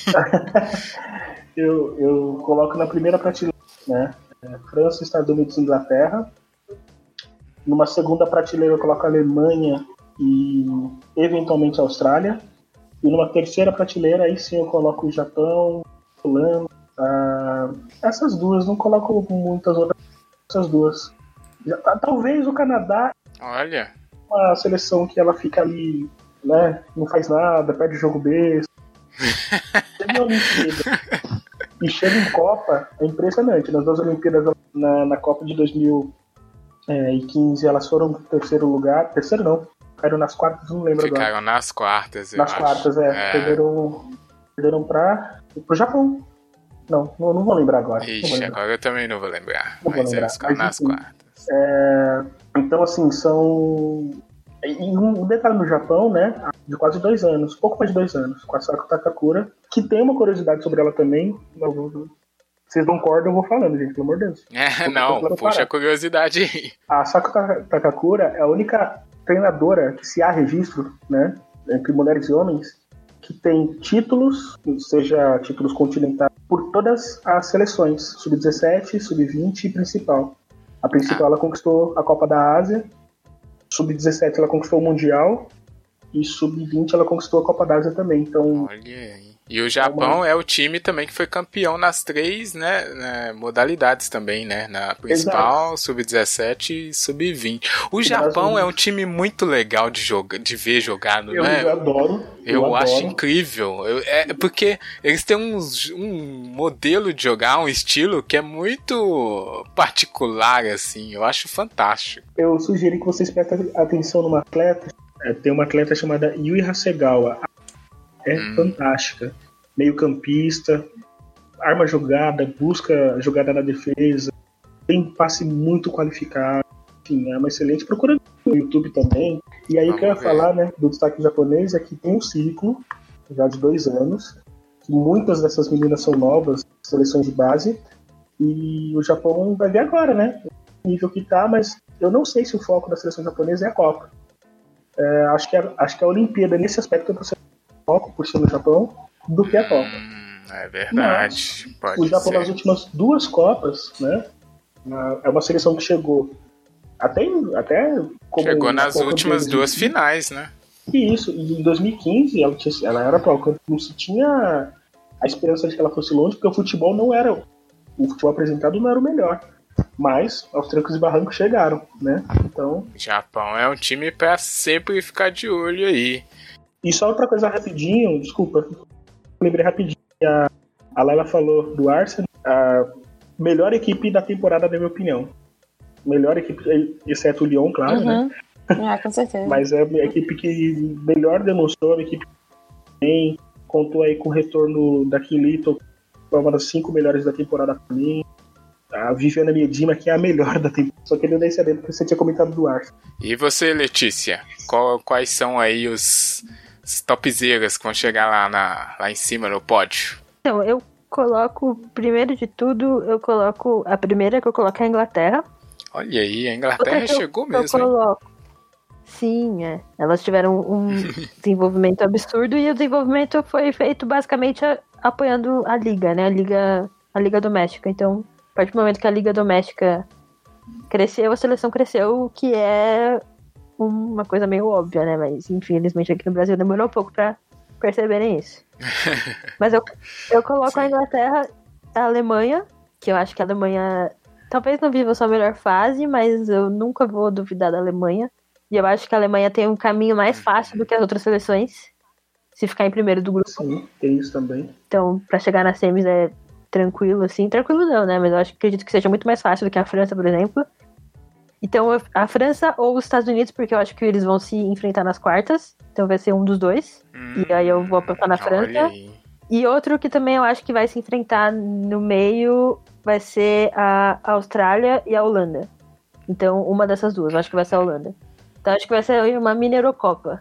eu, eu coloco na primeira prateleira, né? França, Estados Unidos e Inglaterra. Numa segunda prateleira eu coloco a Alemanha e eventualmente a Austrália. E numa terceira prateleira aí sim eu coloco o Japão, Holanda. Ah, essas duas, não coloco muitas outras. Essas duas. Talvez o Canadá. Olha. Uma seleção que ela fica ali, né? Não faz nada, perde o jogo besta. Teve uma Olimpíada. E chega em Copa, é impressionante. Nas duas Olimpíadas, na, na Copa de dois mil e quinze, elas foram no terceiro lugar. Terceiro não, caíram nas quartas, não lembro Ficaram agora. Ficaram nas quartas, eu Nas acho. quartas, é. é. Perderam, perderam pra, pro Japão. Não, não, não vou lembrar agora. Ixi, agora eu também não vou lembrar. Não mas vou lembrar. eles ficaram mas, nas enfim, quartas. É, então, assim, são... E um detalhe no Japão, né, de quase dois anos, pouco mais de dois anos, com a Sako Takakura, que tem uma curiosidade sobre ela também. Vocês não concordam, eu vou falando, gente, pelo amor de Deus. É, não, puxa a curiosidade aí. A Sako Takakura é a única treinadora que se há registro, né, entre mulheres e homens, que tem títulos, seja títulos continentais, por todas as seleções, sub dezessete, sub vinte e principal. A principal ah. ela conquistou a Copa da Ásia, sub dezessete ela conquistou o Mundial e sub vinte ela conquistou a Copa da Ásia também. Então, olha aí. E o Japão é, uma... é o time também que foi campeão nas três, né, né, modalidades também, né? Na principal, sub dezessete e sub vinte. O Japão é um time muito legal de, joga, de ver jogado, eu né? Eu adoro. Eu, eu acho adoro. incrível. Eu, é, porque eles têm uns, um modelo de jogar, um estilo que é muito particular, assim. Eu acho fantástico. Eu sugiro que vocês prestem atenção numa atleta. É, tem uma atleta chamada Yui Hasegawa. É hum. fantástica. Meio campista, arma jogada, busca jogada na defesa, tem um passe muito qualificado, enfim, é uma excelente. Procura no YouTube também. E aí Vamos o que eu ia ver. falar, né, do destaque japonês é que tem um ciclo, já de dois anos, que muitas dessas meninas são novas, seleções de base, e o Japão vai ver agora, né, o nível que tá, mas eu não sei se o foco da seleção japonesa é a Copa. É, acho, que a, acho que a Olimpíada, nesse aspecto, é foco por ser no Japão, do que a Copa. Hum, é verdade. Mas, pode o Japão ser. nas últimas duas Copas, né? É uma seleção que chegou até, até como chegou nas últimas duas finais, né? E isso, e em dois mil e quinze ela, tinha, ela era atual, não se tinha a esperança de que ela fosse longe, porque o futebol não era, o futebol apresentado não era o melhor. Mas aos trancos e barrancos chegaram, né? Então. O Japão é um time pra sempre ficar de olho aí. E só outra coisa rapidinho, desculpa, lembrei rapidinho, a, a Laila falou do Arsenal, a melhor equipe da temporada, na minha opinião. Melhor equipe, exceto o Lyon, claro, uhum. né? Ah, com certeza. Mas é a equipe que melhor demonstrou, a equipe que tem, contou aí com o retorno da Kim Little, foi uma das cinco melhores da temporada pra mim. A Viviana Miedema, que é a melhor da temporada. Só queria dar saber, porque você tinha comentado do Arsenal. E você, Letícia? Qual, quais são aí os, os topzeiras que vão chegar lá, na, lá em cima no pódio? Então, eu coloco, primeiro de tudo, eu coloco, a primeira que eu coloco é a Inglaterra. Olha aí, a Inglaterra Outra que eu- chegou que eu mesmo, hein? coloco. Sim, é. Elas tiveram um desenvolvimento absurdo e o desenvolvimento foi feito basicamente a- apoiando a liga, né? A liga, a liga doméstica. Então, a partir do momento que a liga doméstica cresceu, a seleção cresceu, o que é uma coisa meio óbvia, né? Mas, infelizmente, aqui no Brasil demorou um pouco pra perceberem isso. Mas eu, eu coloco Sim. a Inglaterra, a Alemanha, que eu acho que a Alemanha talvez não viva sua melhor fase, mas eu nunca vou duvidar da Alemanha. E eu acho que a Alemanha tem um caminho mais fácil do que as outras seleções, se ficar em primeiro do grupo. Sim, tem isso também. Então, pra chegar na semis é tranquilo, assim. Tranquilo não, né? Mas eu acho, acredito que seja muito mais fácil do que a França, por exemplo. Então, eu- a França ou os Estados Unidos, porque eu acho que eles vão se enfrentar nas quartas. Então vai ser um dos dois. E aí eu vou apostar na Olha França. aí. E outro que também eu acho que vai se enfrentar no meio vai ser a Austrália e a Holanda. Então, uma dessas duas, eu acho que vai ser a Holanda. Então, acho que vai ser uma mini Eurocopa.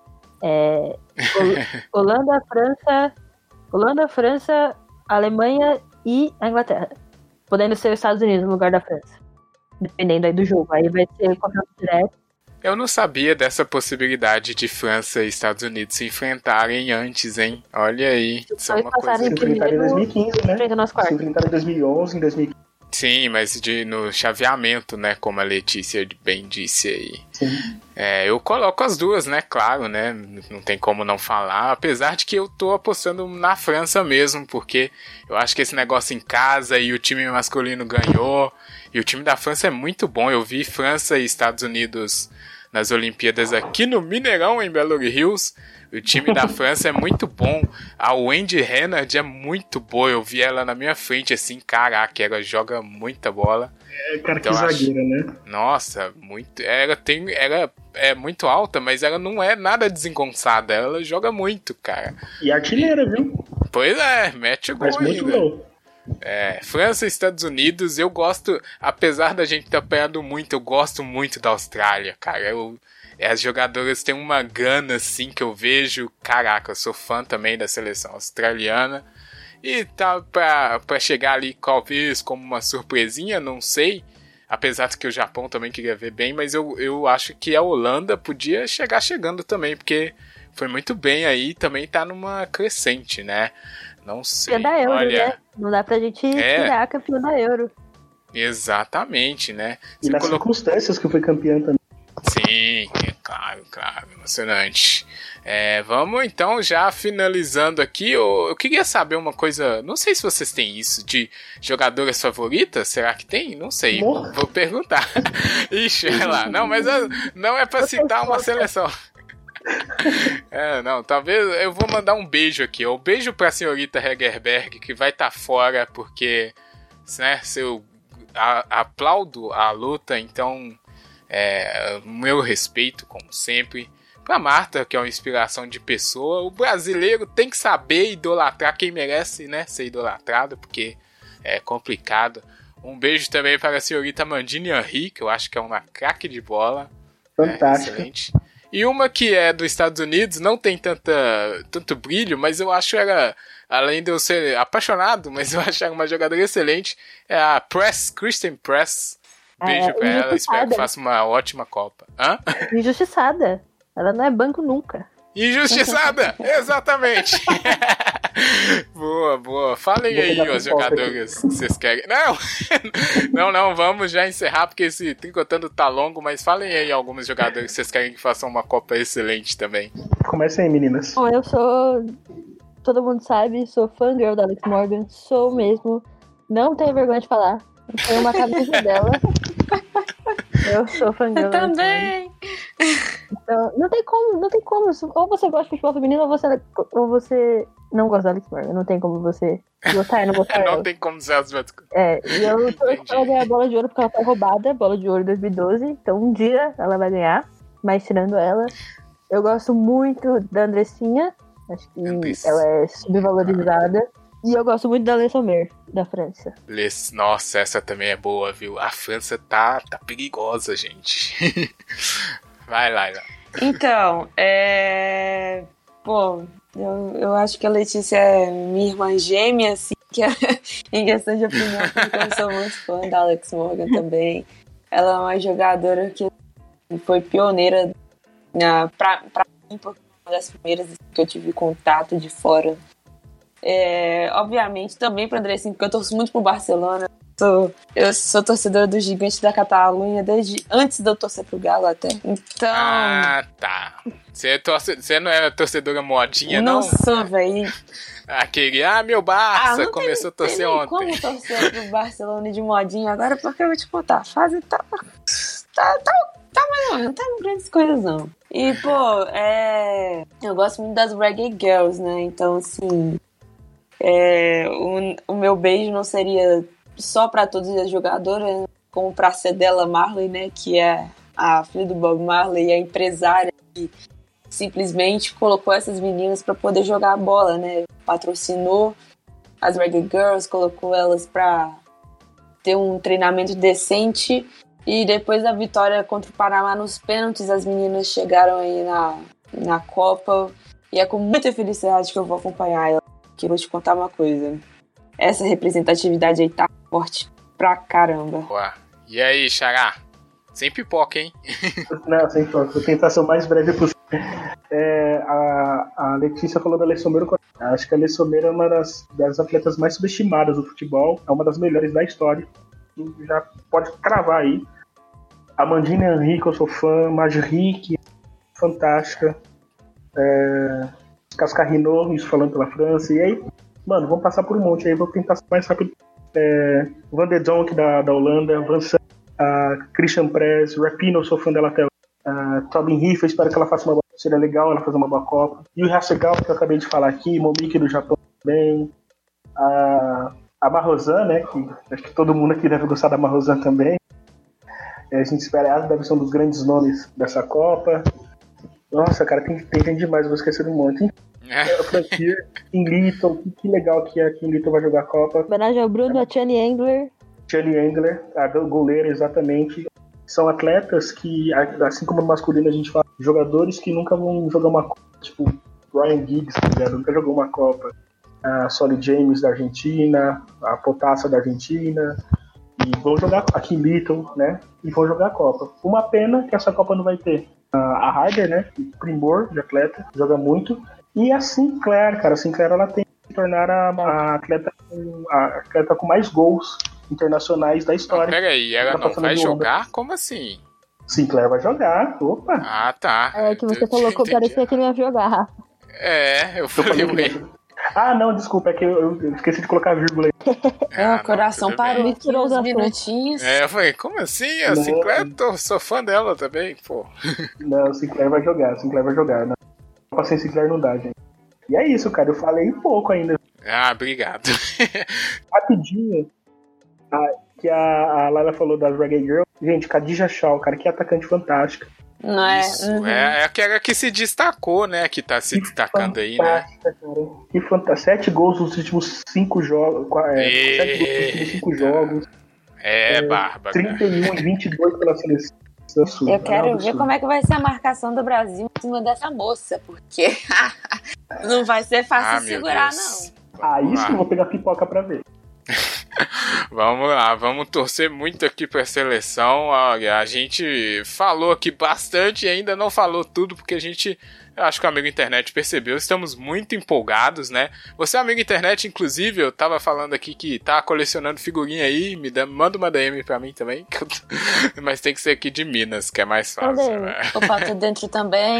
É, Hol- Holanda, França, Holanda, França, Alemanha e a Inglaterra. Podendo ser os Estados Unidos no lugar da França. Dependendo aí do jogo. Aí vai ser confronto direto. Eu não sabia dessa possibilidade de França e Estados Unidos se enfrentarem antes, hein? Olha aí, isso é Dois uma coisa... passarem Se enfrentaram em dois mil e quinze, né? enfrenta nas Se quartas. enfrentaram em dois mil e onze, em dois mil e quinze. Sim, mas de, no chaveamento, né? Como a Letícia bem disse aí. Sim. É, eu coloco as duas, né? Claro, né? Não tem como não falar. Apesar de que eu tô apostando na França mesmo, porque eu acho que esse negócio em casa e o time masculino ganhou. E o time da França é muito bom. Eu vi França e Estados Unidos nas Olimpíadas aqui no Mineirão, em Belo Hills. O time da França é muito bom. A Wendy Renard é muito boa. Eu vi ela na minha frente, assim, caraca, ela joga muita bola. É, cara, Então, que acho- zagueira, né? Nossa, muito. Ela tem. Ela é muito alta, mas ela não é nada desengonçada. Ela joga muito, cara. E artilheira, viu? Pois é, mete o gol Faz muito ainda. gol. É, França e Estados Unidos, eu gosto, apesar da gente ter apanhado muito, eu gosto muito da Austrália, cara. Eu, as jogadoras têm uma gana, assim, que eu vejo. Caraca, eu sou fã também da seleção australiana. E tá pra, pra chegar ali, talvez, como uma surpresinha, não sei. Apesar de que o Japão também queria ver bem, mas eu, eu acho que a Holanda podia chegar chegando também, porque foi muito bem aí, também tá numa crescente, né? Não sei, Campeã da Euro, olha... né? Não dá pra gente É. tirar a campeã da Euro. Exatamente, né? E Você nas colocou... circunstâncias que foi campeã também. Sim, é claro, claro, emocionante. É, vamos então já finalizando aqui. Eu, eu queria saber uma coisa. Não sei se vocês têm isso de jogadoras favoritas. Será que tem? Não sei. Morra. Vou perguntar. Ixi, olha lá. Não, mas eu- não é pra citar uma seleção. É, não, talvez eu vou mandar um beijo aqui. Um beijo pra senhorita Hegerberg, que vai estar fora, porque, né, se eu a- aplaudo a luta, então, é, meu respeito, como sempre. Pra Marta, que é uma inspiração de pessoa, o brasileiro tem que saber idolatrar quem merece, né, ser idolatrado, porque é complicado. Um beijo também para a senhorita Mandine Henry, que eu acho que é uma craque de bola. É, Fantástica. excelente. E uma que é dos Estados Unidos, não tem tanta, tanto brilho, mas eu acho ela, além de eu ser apaixonado, mas eu acho ela uma jogadora excelente, é a Press, Kristen Press. Beijo É, pra ela, espero injustiçada. que faça uma ótima Copa. Hã? Injustiçada. Ela não é banco nunca. Injustiçada! Exatamente! Boa, boa. Falem Vou aí, pegar os pipoca jogadores que vocês querem. Não! Não, não, vamos já encerrar, porque esse Tricotando tá longo, mas falem aí alguns jogadores que vocês querem que façam uma Copa excelente também. Começa aí, meninas. Bom, eu sou. Todo mundo sabe, sou fangirl da Alex Morgan. Sou mesmo. Não tenho vergonha de falar. Eu tenho uma camisa dela. Eu sou fangirl Eu da Alex Morgan. também. Então, não tem como, não tem como. Ou você gosta de futebol feminino ou você, ou você não gosta da Alex Morgan. Não tem como você gostar e não gostar Não dela. tem como dizer as duas coisas. É, e eu tô Entendi. ela ganhar a bola de ouro porque ela foi roubada, bola de ouro dois mil e doze, então um dia ela vai ganhar, mas tirando ela, eu gosto muito da Andressinha, acho que Andressinha. ela é subvalorizada, e eu gosto muito da Le Sommer, da França. Les- Nossa, essa também é boa, viu? A França tá, tá perigosa, gente. Vai, Laila. Então, é. Pô, eu, eu acho que a Letícia é minha irmã gêmea, assim, que é, em questão de opinião, porque eu sou muito fã da Alex Morgan também. ela é uma jogadora que foi pioneira na, pra, pra mim, porque uma das primeiras que eu tive contato de fora. É, obviamente, também para Andressinha, porque eu torço muito pro Barcelona. Sou, eu sou torcedora do Gigante da Catalunha desde antes de eu torcer pro Galo até. Então... Ah, tá. Você, é torce, você não era torcedora modinha, não? Não sou, velho. Aquele, ah, meu Barça, ah, começou tem, a torcer tem ontem. Como torcer pro Barcelona de modinha agora, porque eu vou te contar, a fase tá... Tá, tá, tá mais ou menos, não tá em grandes coisas, não. E, pô, é... eu gosto muito das Reggae Girls, né? Então, assim... É, o, o meu beijo não seria só pra todas as jogadoras, como pra Cedella Marley, né, que é a filha do Bob Marley, a empresária que simplesmente colocou essas meninas pra poder jogar a bola, né, patrocinou as Reggae Girls, colocou elas pra ter um treinamento decente, e depois da vitória contra o Panamá nos pênaltis, as meninas chegaram aí na, na Copa, e é com muita felicidade que eu vou acompanhar elas. Que eu vou te contar uma coisa. Essa representatividade aí tá forte pra caramba. Ué. E aí, Xará? Sem pipoca, hein? Não, sem pipoca. Vou tentar ser o mais breve possível. É, a, a Letícia falou da Alessandra. Acho que a Alessandra é uma das, das atletas mais subestimadas do futebol. É uma das melhores da história. Já pode cravar aí. Amandine Henrique, eu sou fã. Majrique, fantástica. É... Cascarino, isso falando pela França, e aí, mano, vamos passar por um monte aí, vou tentar ser mais rápido. É, Van de Donk da, da Holanda, Van Sant, uh, Christian Press, Rapinoe, sou fã dela até hoje. Uh, Tobin Riffa, espero que ela faça uma boa, seria legal ela fazer uma boa Copa. E o Hasegawa, que eu acabei de falar aqui, Momiki do Japão também. Uh, a Marozan, né, que acho que todo mundo aqui deve gostar da Marozan também. É, a gente espera, ela deve ser um dos grandes nomes dessa Copa. Nossa, cara, tem, tem gente demais, eu vou esquecer de um monte. É. Frontier, Kim Little, que, que legal que a Kim Little vai jogar a Copa. Homenagem ao Bruno, a Tiane Engler. Tiane Engler, a goleira, exatamente. São atletas que, assim como no masculino a gente fala, jogadores que nunca vão jogar uma Copa. Tipo, Ryan Giggs, tá ligado? Nunca jogou uma Copa. A Solly James da Argentina, a Potassa da Argentina. E vão jogar a Kim Little, né? E vão jogar a Copa. Uma pena que essa Copa não vai ter a Harder, né? Primor de atleta, joga muito. E a Sinclair, cara, a Sinclair ela tem que se tornar a, a, atleta, a atleta com mais gols internacionais da história. Não, peraí, ela tá não vai jogar? Onda. Como assim? Sinclair vai jogar, opa. Ah, tá. É que você colocou, parecia que ele ia jogar. É, eu falei, ué. Ah, não, desculpa, é que eu, eu esqueci de colocar vírgula aí. É, o coração parou aqui uns minutinhos. É, eu falei, como assim? A não, Sinclair, tô, sou fã dela também, pô. Não, a Sinclair vai jogar, a Sinclair vai jogar. Não. Sem Sinclair não dá, gente. E é isso, cara, eu falei pouco ainda. Ah, obrigado. Rapidinho, a, que a, a Laila falou das Reggae Girl. Gente, Khadija Shaw, cara, que atacante fantástica. Não é? Isso, uhum. é, é aquela que se destacou, né? Que tá se que destacando aí, né? Cara. Que fantástico. Sete gols nos últimos cinco jogos. É, e... Sete gols nos últimos cinco jogos. É, é bárbaro. trinta e um e vinte e dois pela seleção. Absurdo, eu quero absurdo. ver como é que vai ser a marcação do Brasil em cima dessa moça, porque não vai ser fácil ah, segurar, não. Ah, isso que eu vou pegar pipoca pra ver. Vamos lá, vamos torcer muito aqui pra seleção. Olha, a gente falou aqui bastante e ainda não falou tudo, porque a gente, eu acho que o amigo internet percebeu, estamos muito empolgados, né? Você, amigo internet, inclusive, eu tava falando aqui que tá colecionando figurinha aí, me dá, manda uma D M pra mim também, mas tem que ser aqui de Minas, que é mais fácil, né? Opa, tô dentro também.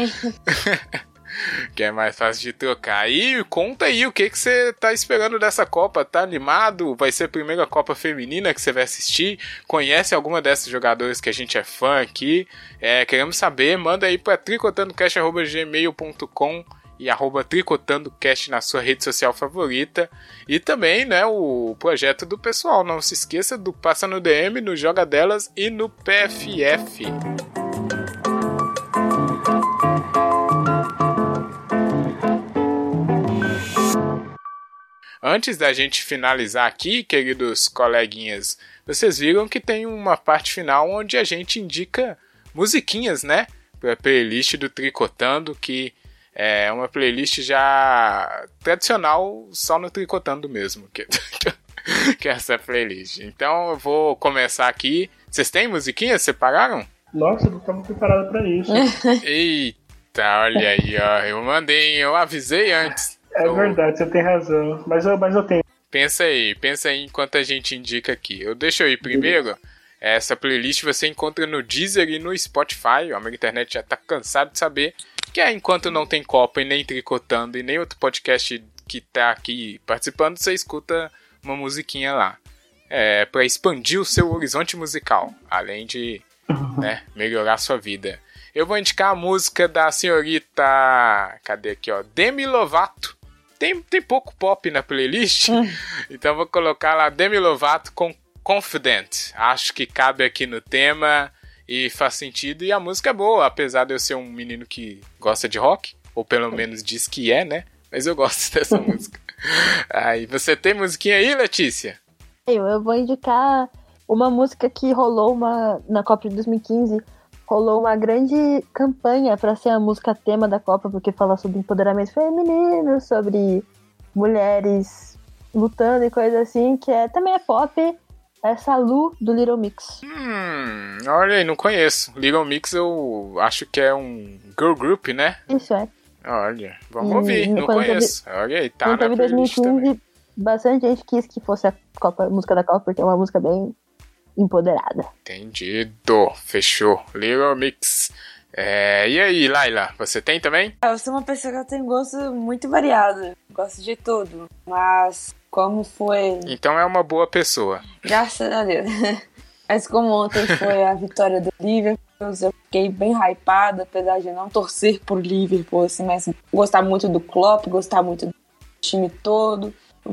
Que é mais fácil de trocar. E conta aí o que, que você tá esperando dessa Copa. Tá animado? Vai ser a primeira Copa feminina que você vai assistir? Conhece alguma dessas jogadoras que a gente é fã aqui? É, queremos saber. Manda aí para tricotandocast arroba gmail ponto com e arroba tricotandocast na sua rede social favorita. E também, né, o projeto do pessoal. Não se esqueça do Passa no D M, no Joga Delas e no P F F. Antes da gente finalizar aqui, queridos coleguinhas, vocês viram que tem uma parte final onde a gente indica musiquinhas, né? Para a playlist do Tricotando, que é uma playlist já tradicional, só no Tricotando mesmo. Que que é essa playlist. Então eu vou começar aqui. Vocês têm musiquinha? Separaram? Nossa, eu não estava preparado pra isso. Eita, olha aí, ó. Eu mandei, eu avisei antes. É eu... verdade, você tem razão. Mas eu, mas eu tenho. Pensa aí, pensa aí enquanto a gente indica aqui. Eu deixo eu ir primeiro. Essa playlist você encontra no Deezer e no Spotify. O Amigo Internet já tá cansado de saber que é Enquanto Não Tem Copa e nem Tricotando e nem outro podcast que tá aqui participando, você escuta uma musiquinha lá. É, pra expandir o seu horizonte musical, além de, né, melhorar a sua vida. Eu vou indicar a música da senhorita... Cadê aqui, ó? Demi Lovato. Tem, tem pouco pop na playlist, então vou colocar lá Demi Lovato com Confident. Acho que cabe aqui no tema e faz sentido. E a música é boa, apesar de eu ser um menino que gosta de rock, ou pelo menos diz que é, né? Mas eu gosto dessa música. Aí, você tem musiquinha aí, Letícia? Eu, eu vou indicar uma música que rolou uma, na Copa de dois mil e quinze. Rolou uma grande campanha para ser a música tema da Copa, porque fala sobre empoderamento feminino, sobre mulheres lutando e coisa assim, que é, também é pop. Essa Lu do Little Mix. Hum, olha aí, não conheço. Little Mix eu acho que é um girl group, né? Isso é. Olha, vamos E, ouvir, não conheço. Teve, olha aí, tá quando na teve dois mil e playlist também. quinze, bastante gente quis que fosse a, Copa, a música da Copa, porque é uma música bem empoderada. Entendido, fechou. Little Mix. É, e aí, Laila, você tem também? Eu sou uma pessoa que eu tenho gosto muito variado. Gosto de tudo. Mas como foi... Então é uma boa pessoa. Graças a Deus. Mas como ontem foi a vitória do Liverpool, eu fiquei bem hypada, apesar de não torcer por Liverpool, assim, mas gostar muito do Klopp, gostar muito do time todo.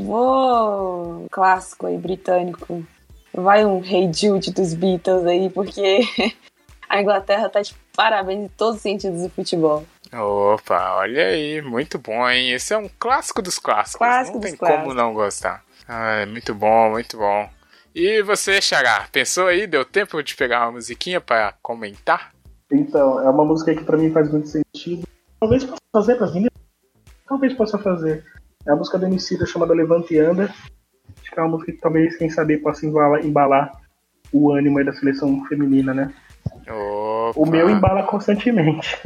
Vou... clássico aí, britânico. Vai um Hey Jude dos Beatles aí, porque a Inglaterra tá de parabéns em todos os sentidos do futebol. Opa, olha aí, muito bom, hein? Esse é um clássico dos clássicos. Clássico não tem dos como clássicos. não gostar. Ah, muito bom, muito bom. E você, Xará, pensou aí? Deu tempo de pegar uma musiquinha pra comentar? Então, é uma música que pra mim faz muito sentido. Talvez possa fazer pra mim. Talvez possa fazer. É a música do Emicida chamada Levanta e Anda. Acho que é uma música que talvez, quem sabe, possa embalar, embalar o ânimo aí da seleção feminina, né? Opa. O meu embala constantemente.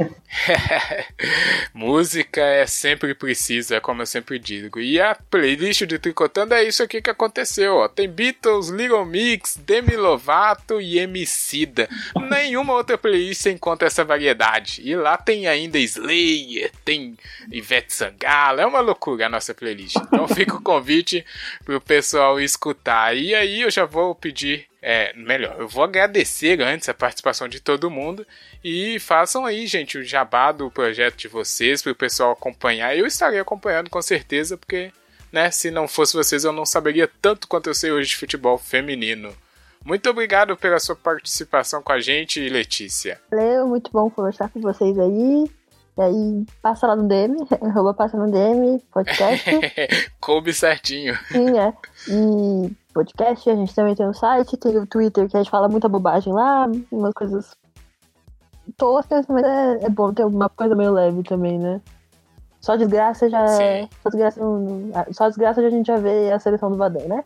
Música é sempre preciso, é como eu sempre digo. E a playlist do Tricotando é isso aqui que aconteceu, ó. Tem Beatles, Little Mix, Demi Lovato e Emicida. Nenhuma outra playlist você encontra essa variedade. E lá tem ainda Slayer, tem Ivete Sangalo. É uma loucura a nossa playlist. Então fica o convite pro pessoal escutar. E aí eu já vou pedir... É, melhor, eu vou agradecer antes a participação de todo mundo e façam aí, gente, o jabá do projeto de vocês para o pessoal acompanhar. Eu estarei acompanhando com certeza, porque, né, se não fosse vocês eu não saberia tanto quanto eu sei hoje de futebol feminino. Muito obrigado pela sua participação com a gente, Letícia. Valeu, muito bom conversar com vocês aí. E aí, passa lá no D M, arroba passa no D M, podcast. Coube certinho. Sim, é. E podcast, a gente também tem o site, tem o Twitter, que a gente fala muita bobagem lá, umas coisas toscas, mas é, é bom ter uma coisa meio leve também, né? Só desgraça já... Sim. Só desgraça, só desgraça já a gente já vê a seleção do Vadão, né?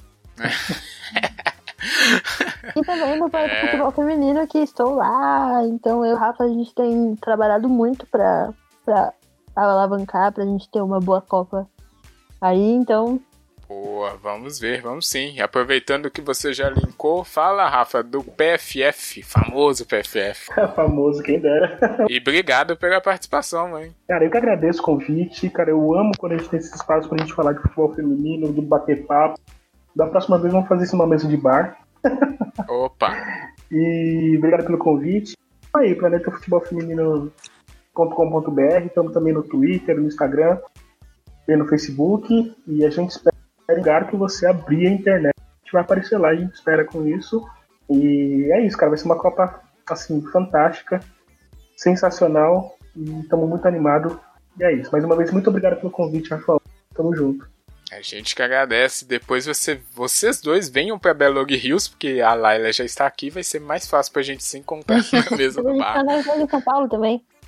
E também no projeto É. Futebol Feminino, que estou lá. Então eu e o Rafa, a gente tem trabalhado muito pra, pra alavancar, pra gente ter uma boa Copa aí, então... Boa, vamos ver, vamos sim. Aproveitando que você já linkou, fala, Rafa, do P F F, famoso P F F. É famoso, quem dera. E obrigado pela participação, mãe. Cara, eu que agradeço o convite. Cara, eu amo quando a gente tem esse espaço pra gente falar de futebol feminino, de bater papo. Da próxima vez vamos fazer isso numa mesa de bar. Opa. E obrigado pelo convite. Aí, planeta futebol feminino ponto com ponto b r. Estamos também no Twitter, no Instagram e no Facebook. E a gente espera lugar que você abrir a internet. A gente vai aparecer lá, a gente espera com isso. E é isso, cara. Vai ser uma Copa, assim, fantástica, sensacional. E estamos muito animados. E é isso. Mais uma vez, muito obrigado pelo convite, Rafael. Tamo junto. A gente que agradece. Depois você, vocês dois venham pra Belo Hills, porque a Laila já está aqui. Vai ser mais fácil pra gente se encontrar na mesa A do gente bar. tá na em São Paulo também.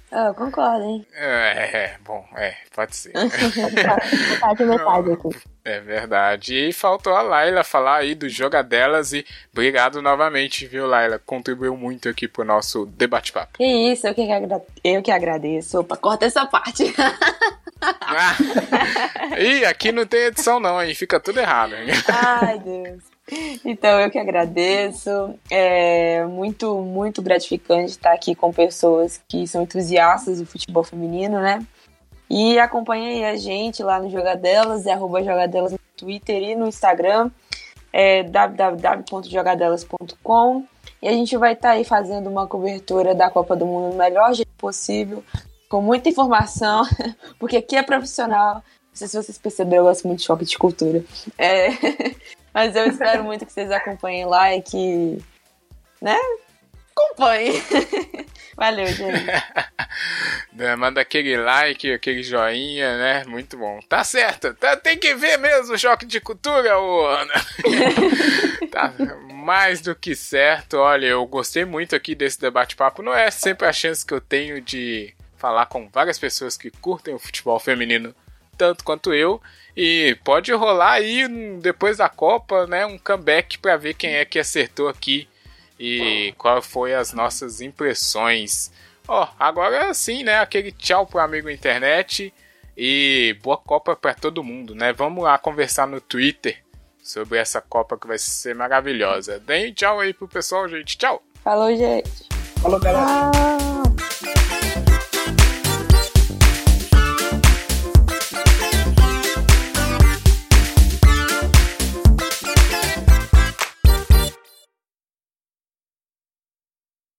Ah, eu concordo, hein? É, é, bom, é, pode ser. Metade, metade aqui. É verdade. E faltou a Laila falar aí do Jogadelas e obrigado novamente, viu, Laila? Contribuiu muito aqui pro nosso debate-papo. Que isso, eu que, agra... eu que agradeço. Opa, corta essa parte. Ah, e aqui não tem edição não, hein? Fica tudo errado, hein? Ai, Deus. Então, eu que agradeço. É muito, muito gratificante estar aqui com pessoas que são entusiastas do futebol feminino, né? E acompanhe a gente lá no Jogadelas, é arroba Jogadelas no Twitter e no Instagram, é w w w ponto jogadelas ponto com. E a gente vai estar aí fazendo uma cobertura da Copa do Mundo no melhor jeito possível, com muita informação, porque aqui é profissional. Não sei se vocês perceberam, eu gosto muito de choque de cultura. É, mas eu espero muito que vocês acompanhem lá e que, né, acompanhem. Valeu, gente. Manda aquele like, aquele joinha, né? Muito bom. Tá certo, tá, tem que ver mesmo o choque de cultura, ô Ana. Tá mais do que certo. Olha, eu gostei muito aqui desse debate-papo. Não é sempre a chance que eu tenho de falar com várias pessoas que curtem o futebol feminino tanto quanto eu. E pode rolar aí, depois da Copa, né, um comeback pra ver quem é que acertou aqui e qual foi as nossas impressões. Ó, oh, agora sim, né, aquele tchau pro amigo internet e boa Copa pra todo mundo, né? Vamos lá conversar no Twitter sobre essa Copa que vai ser maravilhosa. Deem tchau aí pro pessoal, gente. Tchau! Falou, gente! Falou, galera! Ah.